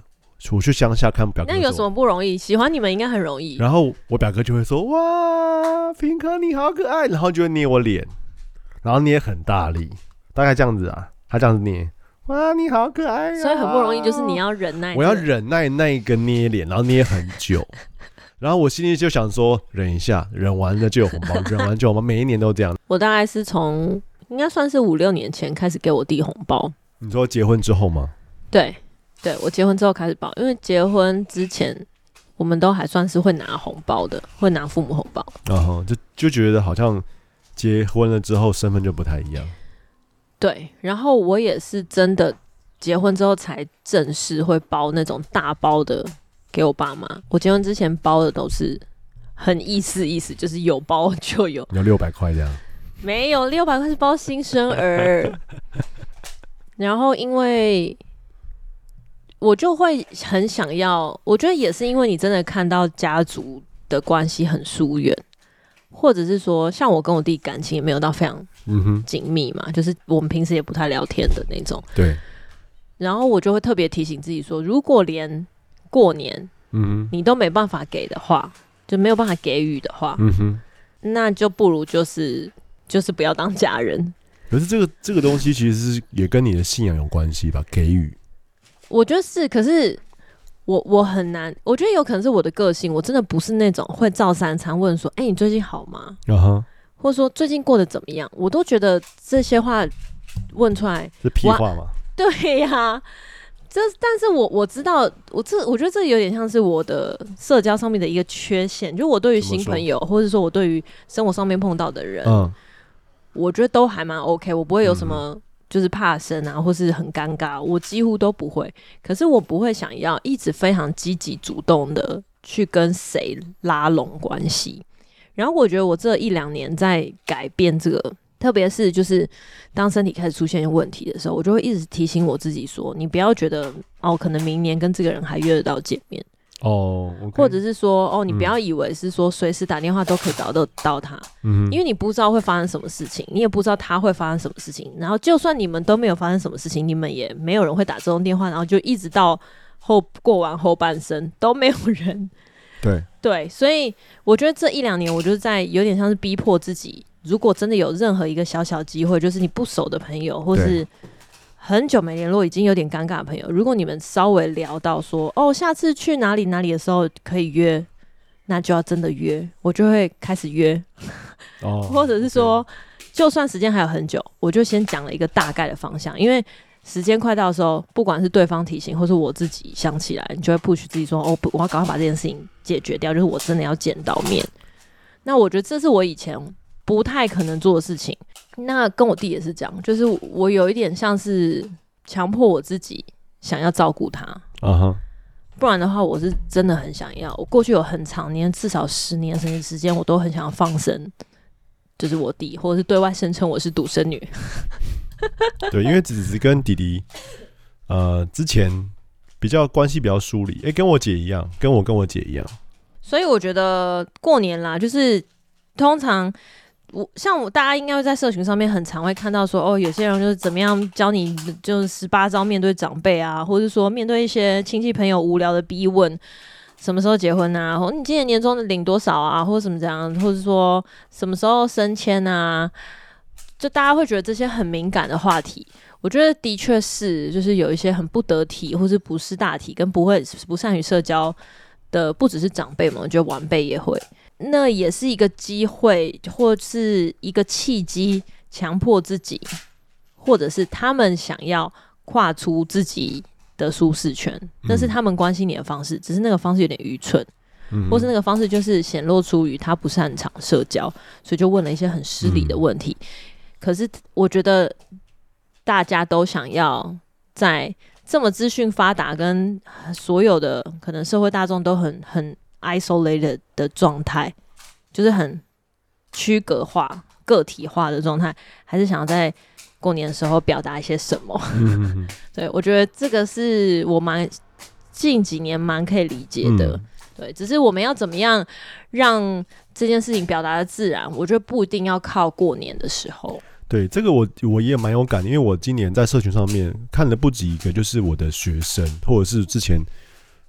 [SPEAKER 2] 我去乡下看表哥，
[SPEAKER 1] 那有什么不容易？喜欢你们应该很容易。
[SPEAKER 2] 然后我表哥就会说：“哇，平哥你好可爱。”然后就会捏我脸，然后捏很大力，大概这样子啊。他这样子捏，哇，你好可爱啊！
[SPEAKER 1] 所以很不容易，就是你要忍耐。
[SPEAKER 2] 我要忍耐那一个捏脸，然后捏很久。然后我心里就想说，忍一下，忍完了就有红包，忍完就有红包。每一年都这样。
[SPEAKER 1] 我大概是从应该算是5-6年前开始给我弟红包。
[SPEAKER 2] 你说结婚之后吗？
[SPEAKER 1] 对，我结婚之后开始包，因为结婚之前我们都还算是会拿红包的，会拿父母红包。
[SPEAKER 2] 然后就觉得好像结婚了之后身份就不太一样。
[SPEAKER 1] 对，然后我也是真的结婚之后才正式会包那种大包的给我爸妈。我结婚之前包的都是很意思，就是有包就有。
[SPEAKER 2] 有600块这样？
[SPEAKER 1] 没有，600块是包新生儿。然后因为我就会很想要，我觉得也是因为你真的看到家族的关系很疏远，或者是说像我跟我弟感情也没有到非常紧密嘛，就是我们平时也不太聊天的那种。
[SPEAKER 2] 对。
[SPEAKER 1] 然后我就会特别提醒自己说，如果连过年你都没办法给的话，就没有办法给予的话，那就不如就是不要当家人。
[SPEAKER 2] 可是这个东西其实是也跟你的信仰有关系吧？给予，
[SPEAKER 1] 我觉得是，可是我很难，我觉得有可能是我的个性，我真的不是那种会照三餐问说，你最近好吗？或者说最近过得怎么样？我都觉得这些话问出来
[SPEAKER 2] 是屁话吗？
[SPEAKER 1] 对呀，但是我知道，我觉得这有点像是我的社交上面的一个缺陷，就我对于新朋友，或者说我对于生活上面碰到的人，我觉得都还蛮 OK， 我不会有什么就是怕生啊，或是很尴尬，我几乎都不会。可是我不会想要一直非常积极主动的去跟谁拉拢关系。然后我觉得我这1-2年在改变这个，特别是就是当身体开始出现问题的时候，我就会一直提醒我自己说，你不要觉得可能明年跟这个人还约得到见面或者是说你不要以为是说随时打电话都可以找得到他，因为你不知道会发生什么事情，你也不知道他会发生什么事情，然后就算你们都没有发生什么事情，你们也没有人会打这种电话，然后就一直到过完后半生都没有人。对，所以我觉得这1-2年我就在有点像是逼迫自己，如果真的有任何一个小小机会，就是你不熟的朋友或是很久没联络已经有点尴尬的朋友，如果你们稍微聊到说下次去哪里哪里的时候可以约，那就要真的约，我就会开始约或者是说就算时间还有很久，我就先讲了一个大概的方向，因为时间快到的时候，不管是对方提醒或是我自己想起来，你就会 push 自己说我要赶快把这件事情解决掉，就是我真的要见到面。那我觉得这是我以前不太可能做的事情。那跟我弟也是这样，就是我有一点像是强迫我自己想要照顾他不然的话我是真的很想要，我过去有很长年至少10年甚至时间我都很想要放生就是我弟，或者是对外声称我是独生女
[SPEAKER 2] 对，因为子子跟弟弟之前比较关系比较疏离，跟我姐一样，跟我姐一样，所
[SPEAKER 1] 以我觉得过年啦，就是通常像大家应该会在社群上面很常会看到说有些人就是怎么样教你就是18招面对长辈啊，或者说面对一些亲戚朋友无聊的逼问，什么时候结婚啊，或你今年年终的领多少啊，或者什么这样，或者说什么时候升迁啊，就大家会觉得这些很敏感的话题，我觉得的确是就是有一些很不得体或是不识大体跟不善于社交的，不只是长辈们，我觉得晚辈也会，那也是一个机会或是一个契机，强迫自己或者是他们想要跨出自己的舒适圈，那是他们关心你的方式，只是那个方式有点愚蠢或是那个方式就是显露出于他不擅长社交，所以就问了一些很失礼的问题可是我觉得大家都想要在这么资讯发达跟所有的可能社会大众都很 isolated 的状态，就是很区隔化个体化的状态，还是想要在过年的时候表达一些什么对，我觉得这个是我近几年蛮可以理解的对，只是我们要怎么样让这件事情表达的自然，我觉得不一定要靠过年的时候。
[SPEAKER 2] 对，这个我也蛮有感的，因为我今年在社群上面看了不止一个，就是我的学生或者是之前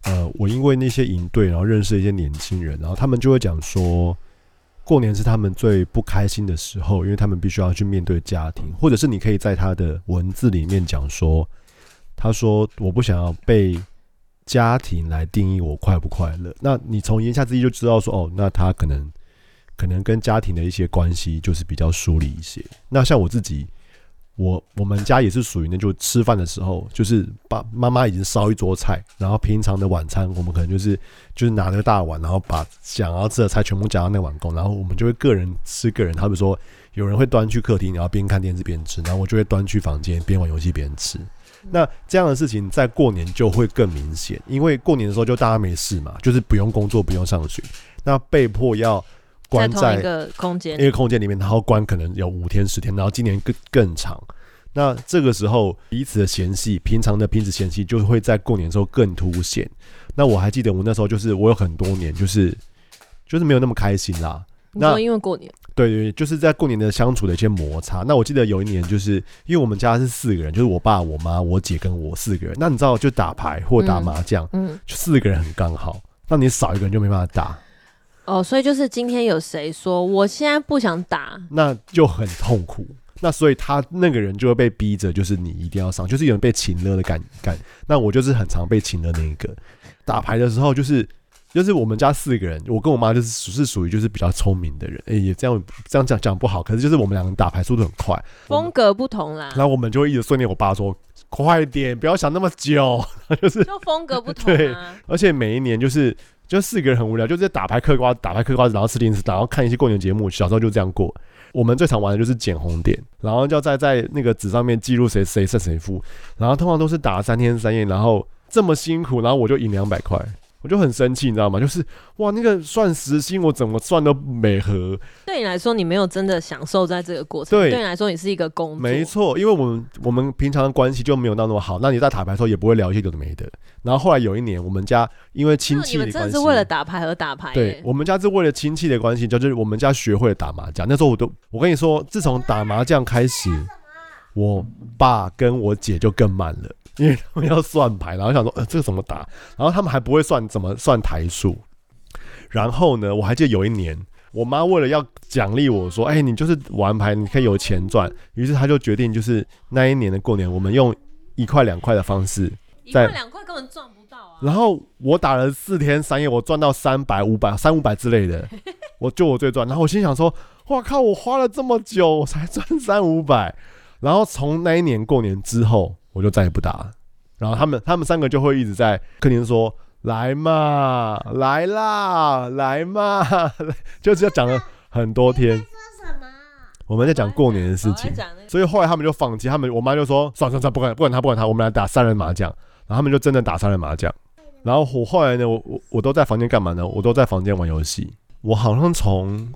[SPEAKER 2] 我因为那些营队，然后认识一些年轻人，然后他们就会讲说，过年是他们最不开心的时候，因为他们必须要去面对家庭，或者是你可以在他的文字里面讲说，他说我不想要被家庭来定义我快不快乐。那你从言下之意就知道说，哦，那他可能跟家庭的一些关系就是比较疏离一些。那像我自己。我们家也是属于那就吃饭的时候，就是妈妈已经烧一桌菜，然后平常的晚餐我们可能就是拿那个大碗，然后把想要吃的菜全部夹到那碗公，然后我们就会个人吃个人。好比说有人会端去客厅，然后边看电视边吃，然后我就会端去房间边玩游戏边吃。那这样的事情在过年就会更明显，因为过年的时候就大家没事嘛，就是不用工作不用上学，那被迫要关在
[SPEAKER 1] 一个空间
[SPEAKER 2] 里面，然后关可能有5天10天，然后今年更长。那这个时候彼此的嫌隙，平常的彼此嫌隙就会在过年的时候更凸显。那我还记得我那时候就是我有很多年就是没有那么开心啦。
[SPEAKER 1] 你说因为过年？
[SPEAKER 2] 对，就是在过年的相处的一些摩擦。那我记得有一年就是因为我们家是4个人，就是我爸我妈我姐跟我4个人。那你知道就打牌或打麻将，就4个人很刚好，那你少一个人就没办法打。
[SPEAKER 1] 哦，所以就是今天有谁说我现在不想打，
[SPEAKER 2] 那就很痛苦。那所以他那个人就会被逼着，就是你一定要上，就是有人被请了的感。那我就是很常被请了那一个。打牌的时候就是我们家4个人，我跟我妈就是属于就是比较聪明的人，也这样讲不好，可是就是我们2个人打牌速度很快，
[SPEAKER 1] 风格不同啦。
[SPEAKER 2] 然后我们就会一直训练我爸说，快点，不要想那么久，就
[SPEAKER 1] 风格不同啊。
[SPEAKER 2] 对，而且每一年就4个人很无聊，就是打牌嗑瓜子，然后吃零食，然后看一些过年节目。小时候就这样过。我们最常玩的就是捡红点，然后就要在那个纸上面记录谁胜谁负，然后通常都是打3天3夜，然后这么辛苦，然后我就赢200块，我就很生气，你知道吗？就是哇，那个算时薪我怎么算都没合。
[SPEAKER 1] 对你来说，你没有真的享受在这个过程。对你来说，你是一个工作。
[SPEAKER 2] 没错，因为我们平常的关系就没有那么好，那你在打牌的时候也不会聊一些有的没的。然后后来有一年，我们家因为亲戚的关系，你们
[SPEAKER 1] 真的是为了打牌而打牌。
[SPEAKER 2] 对，我们家是为了亲戚的关系，就是我们家学会了打麻将。那时候我跟你说，自从打麻将开始，我爸跟我姐就更慢了，因为他们要算牌，然后想说这个怎么打，然后他们还不会怎么算台数。然后呢，我还记得有一年，我妈为了要奖励我说，你就是玩牌，你可以有钱赚，于是她就决定，就是那一年的过年，我们用1块2块的方式。
[SPEAKER 1] 1块2块根本赚不到啊！
[SPEAKER 2] 然后我打了4天3夜，我赚到300、500、300-500之类的，我最赚。然后我心想说：“哇靠！我花了这么久，我才赚300-500。”然后从那一年过年之后，我就再也不打了。然后他们3个就会一直在客厅说：“来嘛，来啦，来嘛！”就是要讲了很多天。我们在讲过年的事情，所以后来他们就放弃。我妈就说：“算，不管他，我们来打3人麻将。”然后他们就真的打3人麻将。然后我后来呢，我都在房间干嘛呢？我都在房间玩游戏。我好像从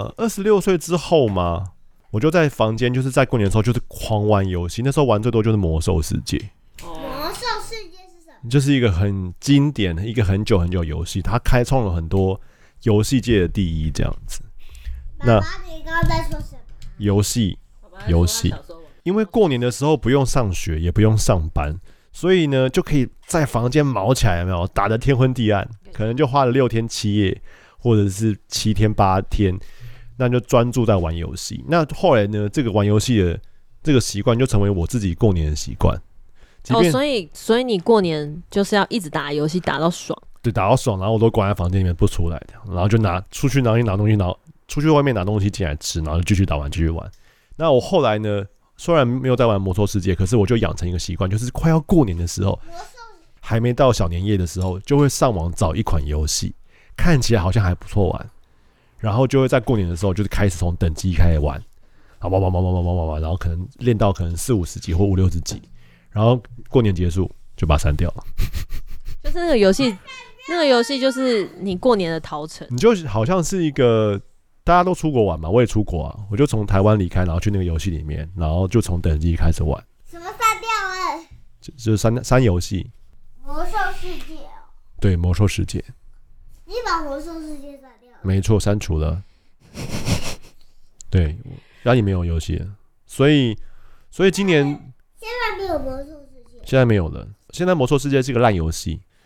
[SPEAKER 2] 26岁之后嘛，我就在房间，就是在过年的时候就是狂玩游戏。那时候玩最多就是魔兽世界。
[SPEAKER 3] 魔兽世界是什么？
[SPEAKER 2] 就是一个很经典、一个很久的游戏，它开创了很多游戏界的第一这样子。
[SPEAKER 3] 爸爸，你刚刚在说什么？
[SPEAKER 2] 游戏，因为过年的时候不用上学，也不用上班。所以呢，就可以在房间毛起来，有没有？打得天昏地暗，可能就花了6天7夜，或者是7天8天，那就专注在玩游戏。那后来呢，这个玩游戏的这个习惯就成为我自己过年的习惯。
[SPEAKER 1] 所以你过年就是要一直打游戏，打到爽。
[SPEAKER 2] 对，打到爽，然后我都关在房间里面不出来的，然后就出去拿东西，然后出去外面拿东西进来吃，然后就继续打完继续玩。那我后来呢？虽然没有在玩魔兽世界，可是我就养成一个习惯，就是快要过年的时候，还没到小年夜的时候，就会上网找一款游戏，看起来好像还不错玩，然后就会在过年的时候，就是开始从等级开始玩，然后可能练到可能40-50级或50-60级，然后过年结束就把它删掉了。
[SPEAKER 1] 就是那个游戏就是你过年的逃城，
[SPEAKER 2] 你就好像是一个。大家都出国玩嘛，我也出国啊，我就从台湾离开，然后去那个游戏里面，然后就从等级开始玩。
[SPEAKER 3] 什么删掉了？
[SPEAKER 2] 就是删游戏。
[SPEAKER 3] 魔兽世界哦。
[SPEAKER 2] 对，魔兽世界。
[SPEAKER 3] 你把魔兽世界删掉了？
[SPEAKER 2] 没错，删除了。对，家里没有游戏了，所以今年
[SPEAKER 3] 现在没有魔兽世界。
[SPEAKER 2] 现在没有了，现在魔兽世界是个烂游戏。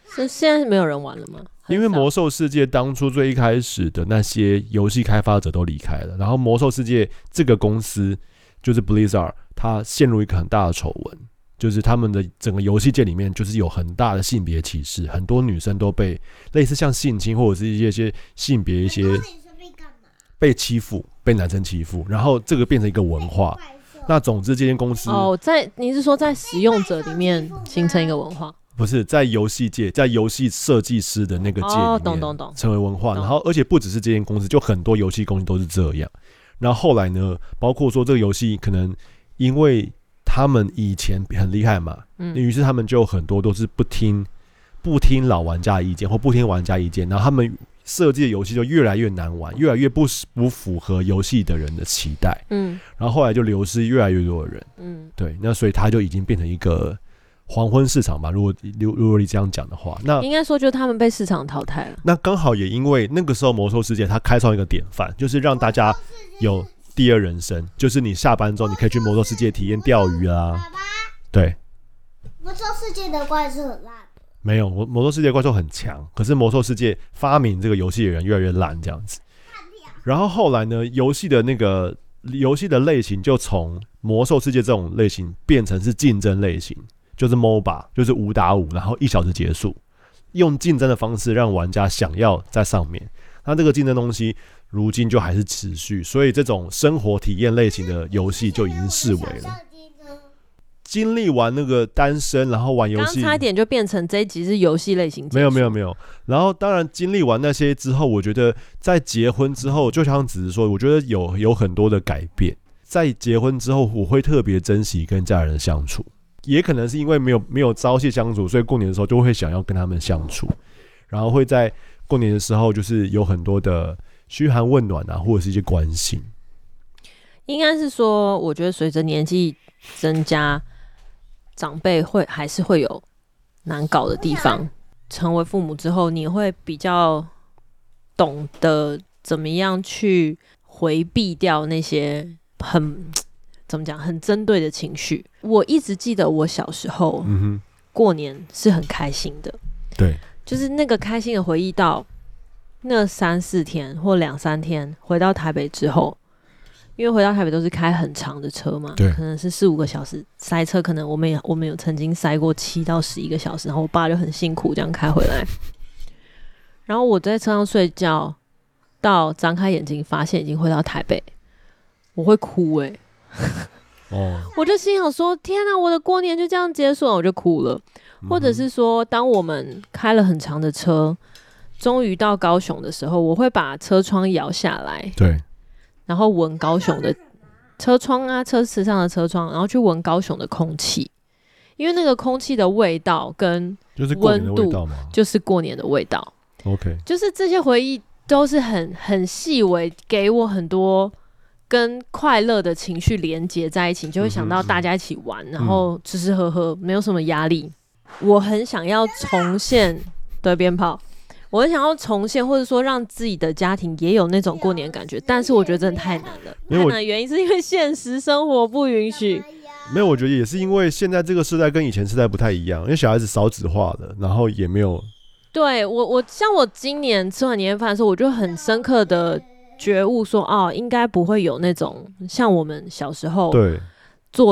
[SPEAKER 1] 是现在没有人玩了吗？
[SPEAKER 2] 因为魔兽世界当初最一开始的那些游戏开发者都离开了，然后魔兽世界这个公司就是 Blizzard， 它陷入一个很大的丑闻，就是他们的整个游戏界里面就是有很大的性别歧视，很多女生都被类似像性侵或者是一些性别一些被欺负，被男生欺负，然后这个变成一个文化。那总之这间公司
[SPEAKER 1] 你是说在使用者里面形成一个文化？
[SPEAKER 2] 不是在游戏界，在游戏设计师的那个界里面成为文化，然后而且不只是这间公司，就很多游戏公司都是这样。然后后来呢，包括说这个游戏可能因为他们以前很厉害嘛，于是他们就很多都是不听老玩家的意见或不听玩家意见，然后他们设计的游戏就越来越难玩，越来越不符合游戏的人的期待。然后后来就流失越来越多的人。对，那所以它就已经变成一个黄昏市场吧，如果你这样讲的话，那
[SPEAKER 1] 应该说就是他们被市场淘汰了。
[SPEAKER 2] 那刚好也因为那个时候魔兽世界它开创一个典范，就是让大家有第二人生，就是你下班之后你可以去魔兽世界体验钓鱼啊。对，
[SPEAKER 3] 魔兽世界的怪兽很烂。
[SPEAKER 2] 没有，魔兽世界怪兽很强，可是魔兽世界发明这个游戏的人越来越烂这样子。然后后来呢，游戏的类型就从魔兽世界这种类型变成是竞争类型。就是 MOBA， 就是5打5，然后1小时结束，用竞争的方式让玩家想要在上面。那这个竞争东西，如今就还是持续，所以这种生活体验类型的游戏就已经式微了。经历完那个单身，然后玩游戏，
[SPEAKER 1] 刚差一点就变成这一集是游戏类型。
[SPEAKER 2] 没有。然后当然经历完那些之后，我觉得在结婚之后，就像只是说，我觉得有很多的改变。在结婚之后，我会特别珍惜跟家人的相处。也可能是因为没有朝夕相处，所以过年的时候就会想要跟他们相处，然后会在过年的时候就是有很多的嘘寒问暖啊，或者是一些关心。
[SPEAKER 1] 应该是说，我觉得随着年纪增加，长辈还是会有难搞的地方。成为父母之后，你会比较懂得怎么样去回避掉那些怎么讲，很针对的情绪。我一直记得我小时候，过年是很开心的。
[SPEAKER 2] 对，
[SPEAKER 1] 就是那个开心的回忆到那3-4天或2-3天回到台北之后，因为回到台北都是开很长的车嘛，可能是4-5个小时塞车，可能我们有曾经塞过7到11个小时，然后我爸就很辛苦这样开回来，然后我在车上睡觉，到张开眼睛发现已经回到台北，我会哭我就心想说天啊，我的过年就这样结束了，我就哭了。或者是说当我们开了很长的车终于到高雄的时候，我会把车窗摇下来，
[SPEAKER 2] 对，
[SPEAKER 1] 然后闻高雄的车窗啊，车子上的车窗，然后去闻高雄的空气，因为那个空气的味道跟温度就是过年的味道。
[SPEAKER 2] OK，
[SPEAKER 1] 就是这些回忆都是很细微，给我很多跟快乐的情绪连结在一起，你就会想到大家一起玩，然后吃吃喝喝，没有什么压力。我很想要重现对鞭炮，我很想要重现，或者说让自己的家庭也有那种过年感觉，但是我觉得真的太难了。太难的原因是因为现实生活不允许。
[SPEAKER 2] 没有，我觉得也是因为现在这个世代跟以前世代不太一样，因为小孩子少子化了，然后也没有。
[SPEAKER 1] 对，我像我今年吃完年夜饭的时候，我就很深刻的觉悟说，应该不会有那种像我们小时候做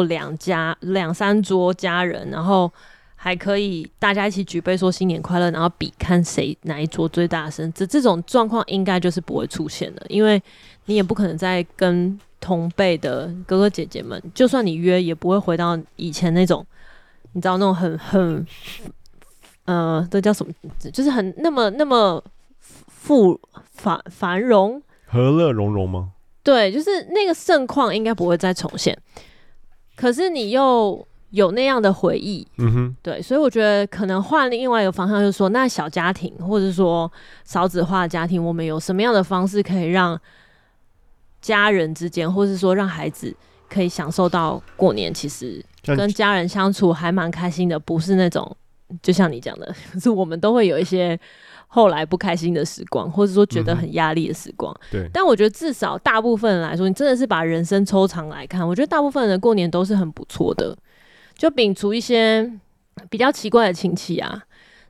[SPEAKER 1] 2-3桌家人，然后还可以大家一起举杯说新年快乐，然后比看谁哪一桌最大声，这种状况应该就是不会出现的，因为你也不可能再跟同辈的哥哥姐姐们，就算你约也不会回到以前那种，你知道那种很这叫什么，就是很那么繁荣
[SPEAKER 2] 和乐融融吗？
[SPEAKER 1] 对，就是那个盛况应该不会再重现，可是你又有那样的回忆，对，所以我觉得可能换另外一个方向，就是说，那小家庭或者说少子化的家庭，我们有什么样的方式可以让家人之间，或是说让孩子可以享受到过年其实跟家人相处还蛮开心的，不是那种就像你讲的，是我们都会有一些后来不开心的时光，或者说觉得很压力的时光。
[SPEAKER 2] 对。
[SPEAKER 1] 但我觉得至少大部分人来说，你真的是把人生抽长来看，我觉得大部分人的过年都是很不错的。就摒除一些比较奇怪的亲戚啊，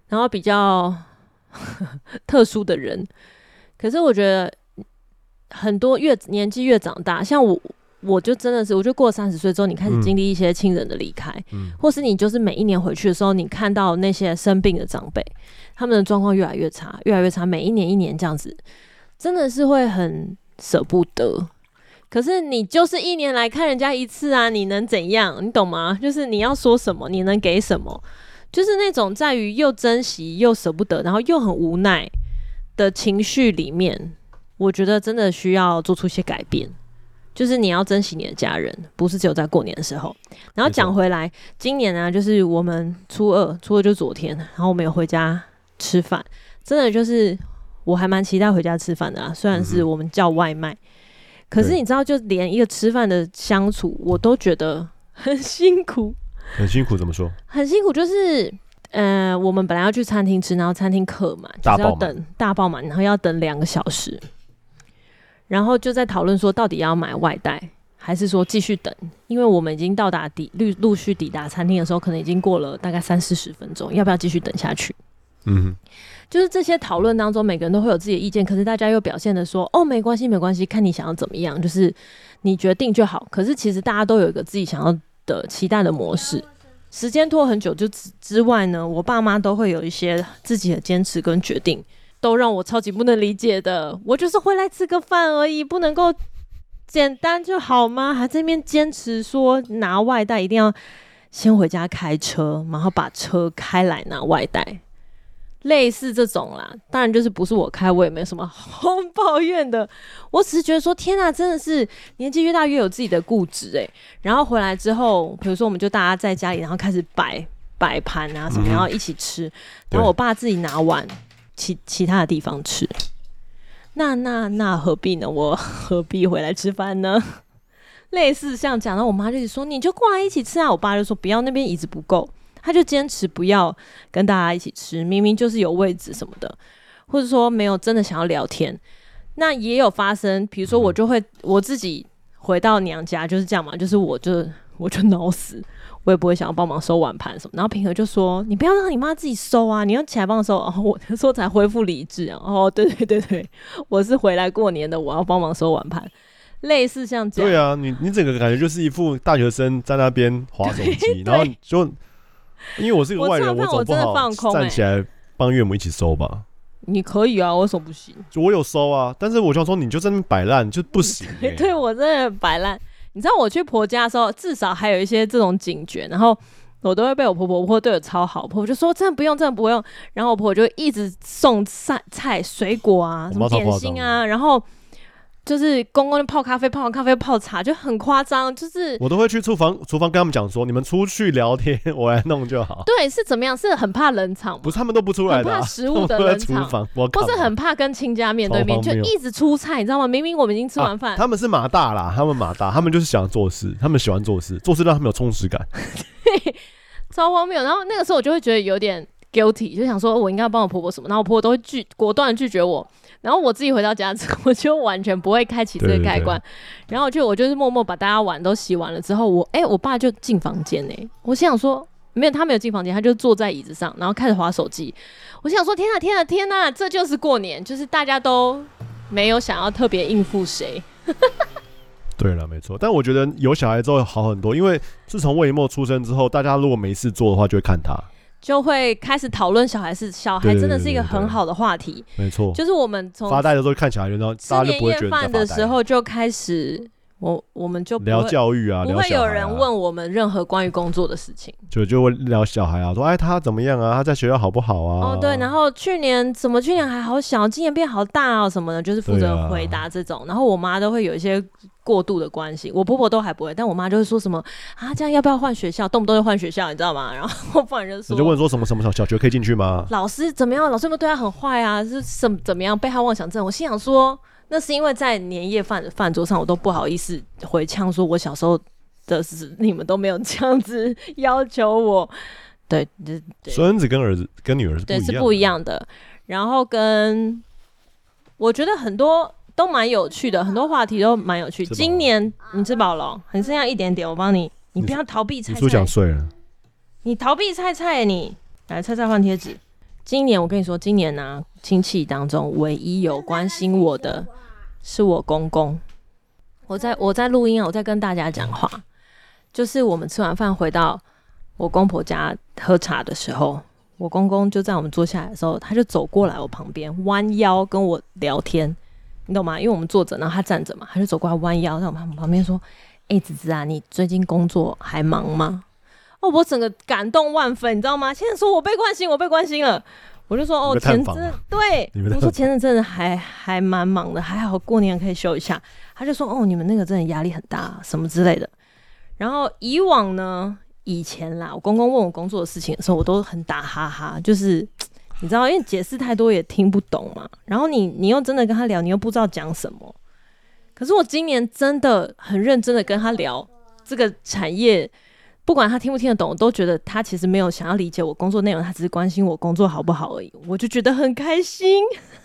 [SPEAKER 1] 然后比较特殊的人。可是我觉得很多年纪越长大，像我就真的是，我就过30岁之后，你开始经历一些亲人的离开，或是你就是每一年回去的时候，你看到那些生病的长辈，他们的状况越来越差，越来越差，每一年一年这样子，真的是会很舍不得。可是你就是1年来看人家一次啊，你能怎样？你懂吗？就是你要说什么，你能给什么？就是那种在于又珍惜又舍不得，然后又很无奈的情绪里面，我觉得真的需要做出一些改变。就是你要珍惜你的家人，不是只有在过年的时候。然后讲回来，今年啊，就是我们初二就是昨天，然后我们有回家吃饭，真的就是我还蛮期待回家吃饭的啦。虽然是我们叫外卖，可是你知道，就连一个吃饭的相处，我都觉得很辛苦。
[SPEAKER 2] 很辛苦怎么说？
[SPEAKER 1] 很辛苦，就是我们本来要去餐厅吃，然后餐厅客满，就是要等大爆满，然后要等2个小时。然后就在讨论说，到底要买外带，还是说继续等？因为我们已经到达陆续抵达餐厅的时候，可能已经过了大概30-40分钟，要不要继续等下去？就是这些讨论当中，每个人都会有自己的意见，可是大家又表现的说，哦，没关系，没关系，看你想要怎么样，就是你决定就好。可是其实大家都有一个自己想要的期待的模式。时间拖很久之外呢，我爸妈都会有一些自己的坚持跟决定。都让我超级不能理解的，我就是回来吃个饭而已，不能够简单就好吗？还在那边坚持说拿外带一定要先回家开车，然后把车开来拿外带，类似这种啦。当然就是不是我开，我也没有什么好抱怨的。我只是觉得说，天啊，真的是年纪越大越有自己的固执欸。然后回来之后，比如说我们就大家在家里，然后开始摆盘啊什么，然后一起吃，然后我爸自己拿碗。其他的地方吃，那何必呢？我何必回来吃饭呢？类似像讲到我妈就说你就过来一起吃啊，我爸就说不要，那边椅子不够，他就坚持不要跟大家一起吃，明明就是有位置什么的，或者说没有真的想要聊天。那也有发生，比如说我自己回到娘家就是这样嘛，就是我就恼死。我也不会想要帮忙收碗盘什么，然后平和就说：“你不要让你妈自己收啊，你要起来帮收。”然后我那时候才恢复理智啊。哦，对，我是回来过年的，我要帮忙收碗盘，类似像这样。
[SPEAKER 2] 对啊，你整个感觉就是一副大学生在那边滑手机，然后就因为我是个外人，我总不好站起来帮岳母一起收吧。
[SPEAKER 1] 你可以啊，为什么不行？
[SPEAKER 2] 我有收啊，但是我想说你就在那边摆烂就不行
[SPEAKER 1] 对，我真的摆烂。你知道我去婆家的时候，至少还有一些这种警觉，然后我都会被我婆婆对我超好，婆婆就说真的不用，然后我婆婆就一直送菜、水果啊，什么点心啊，然后就是公公泡咖啡、泡完咖啡泡茶，就很夸张。就是
[SPEAKER 2] 我都会去厨房跟他们讲说，你们出去聊天，我来弄就好。
[SPEAKER 1] 对，是怎么样？是很怕冷场吗？
[SPEAKER 2] 不是，他们都不出来的、
[SPEAKER 1] 很怕食物的冷场，或是很怕跟亲家面对面，就一直出菜，你知道吗？明明我们已经吃完饭、
[SPEAKER 2] 他们是马大啦，他们就是想做事，他们喜欢做事让他们有充实感。
[SPEAKER 1] 超荒谬。然后那个时候我就会觉得有点 guilty， 就想说我应该要帮我婆婆什么，然后我婆婆都会果断的拒绝我。然后我自己回到家之后，我就完全不会开启这个开关。然后我就是默默把大家碗都洗完了之后，我爸就进房间我心想说没有，他没有进房间，他就坐在椅子上，然后开始滑手机。我心想说天哪，这就是过年，就是大家都没有想要特别应付谁。
[SPEAKER 2] 对了，没错。但我觉得有小孩之后好很多，因为自从魏一墨出生之后，大家如果没事做的话，就会看他。就
[SPEAKER 1] 会开始讨论小孩真的是一个很好的话题，
[SPEAKER 2] 没错。
[SPEAKER 1] 就是我们从
[SPEAKER 2] 发呆的时候看小孩，然后大家就不会觉得
[SPEAKER 1] 吃年夜饭的时候就开始，我们就
[SPEAKER 2] 聊教育啊，
[SPEAKER 1] 不会有人问我们任何关于工作的事情，
[SPEAKER 2] 就会聊小孩啊，说哎他怎么样啊，他在学校好不好啊？
[SPEAKER 1] 哦对，然后去年还好小，今年变好大哦什么的，就是负责回答这种。然后我妈都会有一些过度的关心，我婆婆都还不会，但我妈就会说什么啊，这样要不要换学校？动不动就换学校，你知道吗？然后不然就说，
[SPEAKER 2] 你就问说什么小学可以进去吗？
[SPEAKER 1] 老师怎么样？老师有没有对他很坏啊？是怎么样被他妄想症？我心想说，那是因为在年夜饭桌上，我都不好意思回呛说，我小时候的事你们都没有这样子要求我。对，
[SPEAKER 2] 孙子跟儿子跟女儿
[SPEAKER 1] 是不一样的。然后我觉得很多都蛮有趣的，很多话题都蛮有趣。今年你吃饱了，很剩下一点点，我帮你，你不要逃避菜菜。
[SPEAKER 2] 你是不是想睡了？
[SPEAKER 1] 你逃避菜菜，你来菜菜换贴纸。 今年我跟你说，今年啊，亲戚当中唯一有关心我的是我公公。我在录音啊，我在跟大家讲话，就是我们吃完饭回到我公婆家喝茶的时候，我公公就在我们坐下来的时候，他就走过来我旁边，弯腰跟我聊天，你懂吗？因为我们坐着，然后他站着嘛，他就走过来弯腰在我们旁边说：“子子啊，你最近工作还忙吗？”哦，我整个感动万分，你知道吗？现在说我被关心了，我就说哦，前阵对，我说前阵还蛮忙的，还好过年可以休一下。他就说哦，你们那个真的压力很大，什么之类的。然后以前啦，我公公问我工作的事情的时候，我都很打哈哈，就是你知道，因为解释太多也听不懂嘛。然后你又真的跟他聊，你又不知道讲什么。可是我今年真的很认真的跟他聊这个产业。不管他听不听得懂，我都觉得他其实没有想要理解我工作内容，他只是关心我工作好不好而已，我就觉得很开心。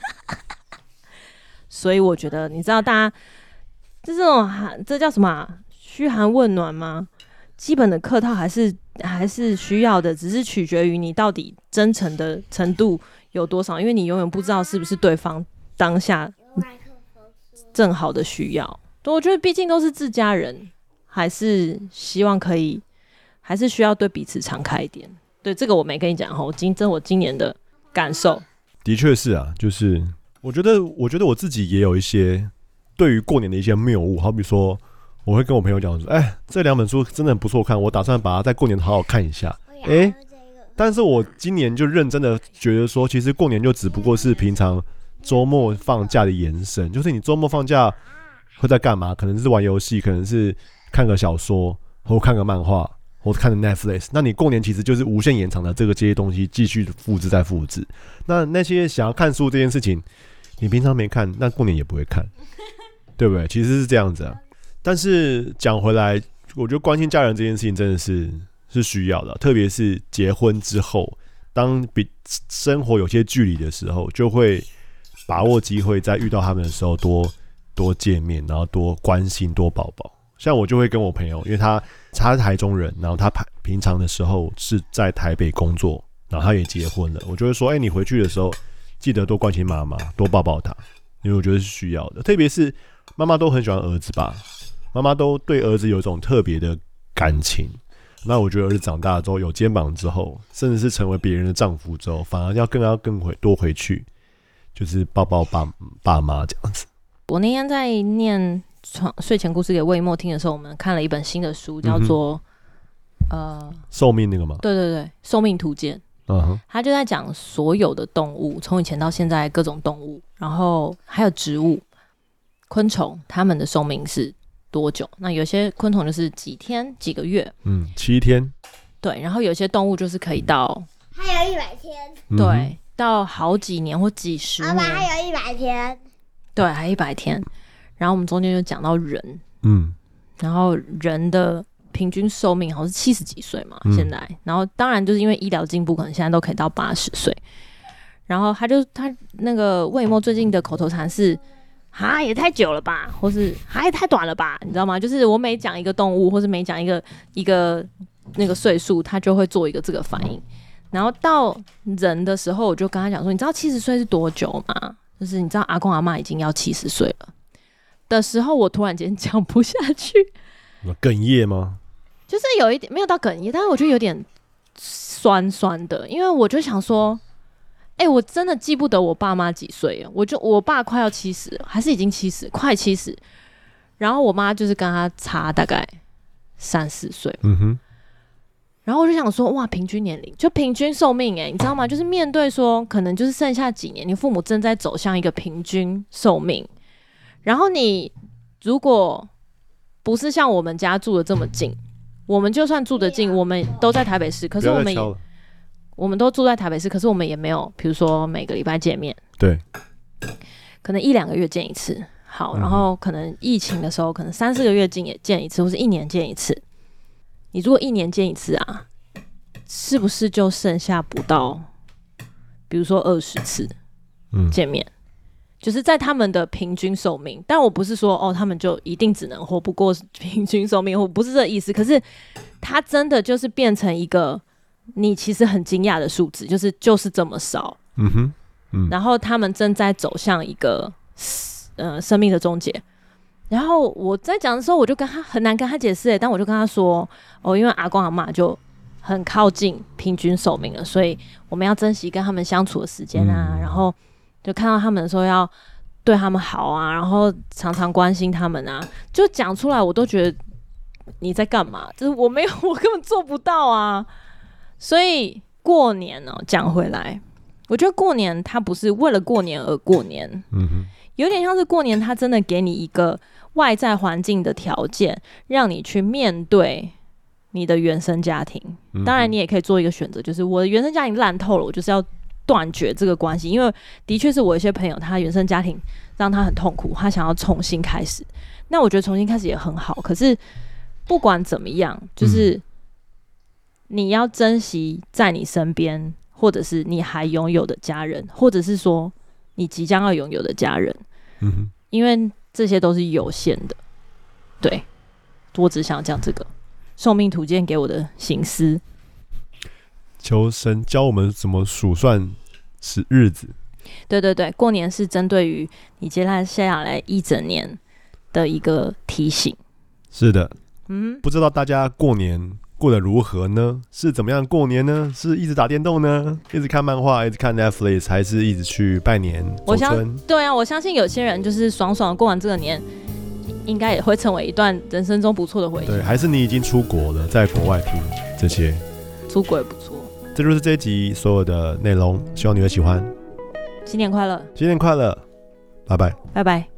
[SPEAKER 1] 所以我觉得，你知道，大家这这叫什么啊？嘘寒问暖吗？基本的客套还是需要的，只是取决于你到底真诚的程度有多少，因为你永远不知道是不是对方当下正好的需要。我觉得毕竟都是自家人，还是希望可以。还是需要对彼此敞开一点。对，这个我没跟你讲哈，这我今年的感受。
[SPEAKER 2] 的确是啊，就是我觉得我自己也有一些对于过年的一些谬误，好比说，我会跟我朋友讲说，这2本书真的很不错看，我打算把它在过年好好看一下。但是我今年就认真的觉得说，其实过年就只不过是平常周末放假的延伸，就是你周末放假会在干嘛？可能是玩游戏，可能是看个小说，或看个漫画。或看的 Netflix， 那你过年其实就是无限延长的这些东西继续复制再复制。那些想要看书这件事情，你平常没看，那过年也不会看，对不对？其实是这样子啊。但是讲回来，我觉得关心家人这件事情真的是需要的，特别是结婚之后，当生活有些距离的时候，就会把握机会，在遇到他们的时候多见面，然后多关心，多抱抱。像我就会跟我朋友，因为他是台中人，然后他平常的时候是在台北工作，然后他也结婚了，我就会说，你回去的时候记得多关心妈妈，多抱抱她，因为我觉得是需要的。特别是妈妈都很喜欢儿子吧，妈妈都对儿子有一种特别的感情。那我觉得儿子长大之后有肩膀之后，甚至是成为别人的丈夫之后，反而要更多回去，就是抱抱爸妈这样子。
[SPEAKER 1] 我那天在念睡前故事给魏默听的时候，我们看了一本新的书，叫做
[SPEAKER 2] 寿命那个吗？
[SPEAKER 1] 对，寿命图鉴。他就在讲所有的动物，从以前到现在各种动物，然后还有植物、昆虫，它们的寿命是多久？那有些昆虫就是几天、几个月
[SPEAKER 2] ，7天。
[SPEAKER 1] 对，然后有些动物就是可以到
[SPEAKER 3] 还有100天。
[SPEAKER 1] 对，到好几年或几十年。
[SPEAKER 3] 还有100天。
[SPEAKER 1] 对，还100天。然后我们中间就讲到人，然后人的平均寿命好像是70几岁嘛，现在。然后当然就是因为医疗进步，可能现在都可以到80岁。然后他那个魏默最近的口头禅是也太久了吧，或是也太短了吧，你知道吗？就是我每讲一个动物，或是每讲一个那个岁数，他就会做一个这个反应。然后到人的时候，我就跟他讲说，你知道70岁是多久吗？就是你知道阿公阿嬷已经要70岁了的时候，我突然间讲不下去。
[SPEAKER 2] 哽咽吗？就是
[SPEAKER 1] 有一点没有到哽咽，但是我觉得有点酸酸的，因为我就想说，我真的记不得我爸妈几岁了。我爸快要70，还是已经70，快70。然后我妈就是跟他差大概3、4岁。然后我就想说，哇，平均年龄就平均寿命，你知道吗？就是面对说，可能就是剩下几年，你父母正在走向一个平均寿命。然后你如果不是像我们家住的这么近，我们就算住得近，我们都在台北市，可是我们都住在台北市，可是我们也没有，比如说每个礼拜见面，
[SPEAKER 2] 对，
[SPEAKER 1] 可能1、2个月见一次。好，然后可能疫情的时候，可能3、4个月见一次，或是1年见一次。你如果1年见一次啊，是不是就剩下不到，比如说20次见面？就是在他们的平均寿命。但我不是说他们就一定只能活不过平均寿命，我不是这个意思。可是它真的就是变成一个你其实很惊讶的数字，就是这么少。然后他们正在走向一个生命的终结。然后我在讲的时候，我就很难跟他解释但我就跟他说，因为阿公阿嬷就很靠近平均寿命了，所以我们要珍惜跟他们相处的时间啊，然后就看到他们的时候要对他们好啊，然后常常关心他们啊，就讲出来我都觉得你在干嘛？就是我根本做不到啊。所以过年讲回来，我觉得过年它不是为了过年而过年，有点像是过年它真的给你一个外在环境的条件，让你去面对你的原生家庭。当然你也可以做一个选择，就是我的原生家庭烂透了，我就是要断绝这个关系，因为的确是我一些朋友他原生家庭让他很痛苦，他想要重新开始，那我觉得重新开始也很好。可是不管怎么样，就是你要珍惜在你身边或者是你还拥有的家人，或者是说你即将要拥有的家人，因为这些都是有限的。对，我只想讲这个寿命图鉴给我的省思。
[SPEAKER 2] 求神教我们怎么数算日子。
[SPEAKER 1] 对对对，过年是针对于你接下来一整年的一个提醒。
[SPEAKER 2] 是的，不知道大家过年过得如何呢？是怎么样过年呢？是一直打电动呢？一直看漫画，一直看 Netflix， 还是一直去拜年走春？
[SPEAKER 1] 对啊，我相信有些人就是爽爽过完这个年，应该也会成为一段人生中不错的回忆。
[SPEAKER 2] 对，还是你已经出国了，在国外听这些，
[SPEAKER 1] 出国也不错。
[SPEAKER 2] 这就是这一集所有的内容，希望你会喜欢。
[SPEAKER 1] 新年快乐！
[SPEAKER 2] 新年快乐！拜拜！
[SPEAKER 1] 拜拜！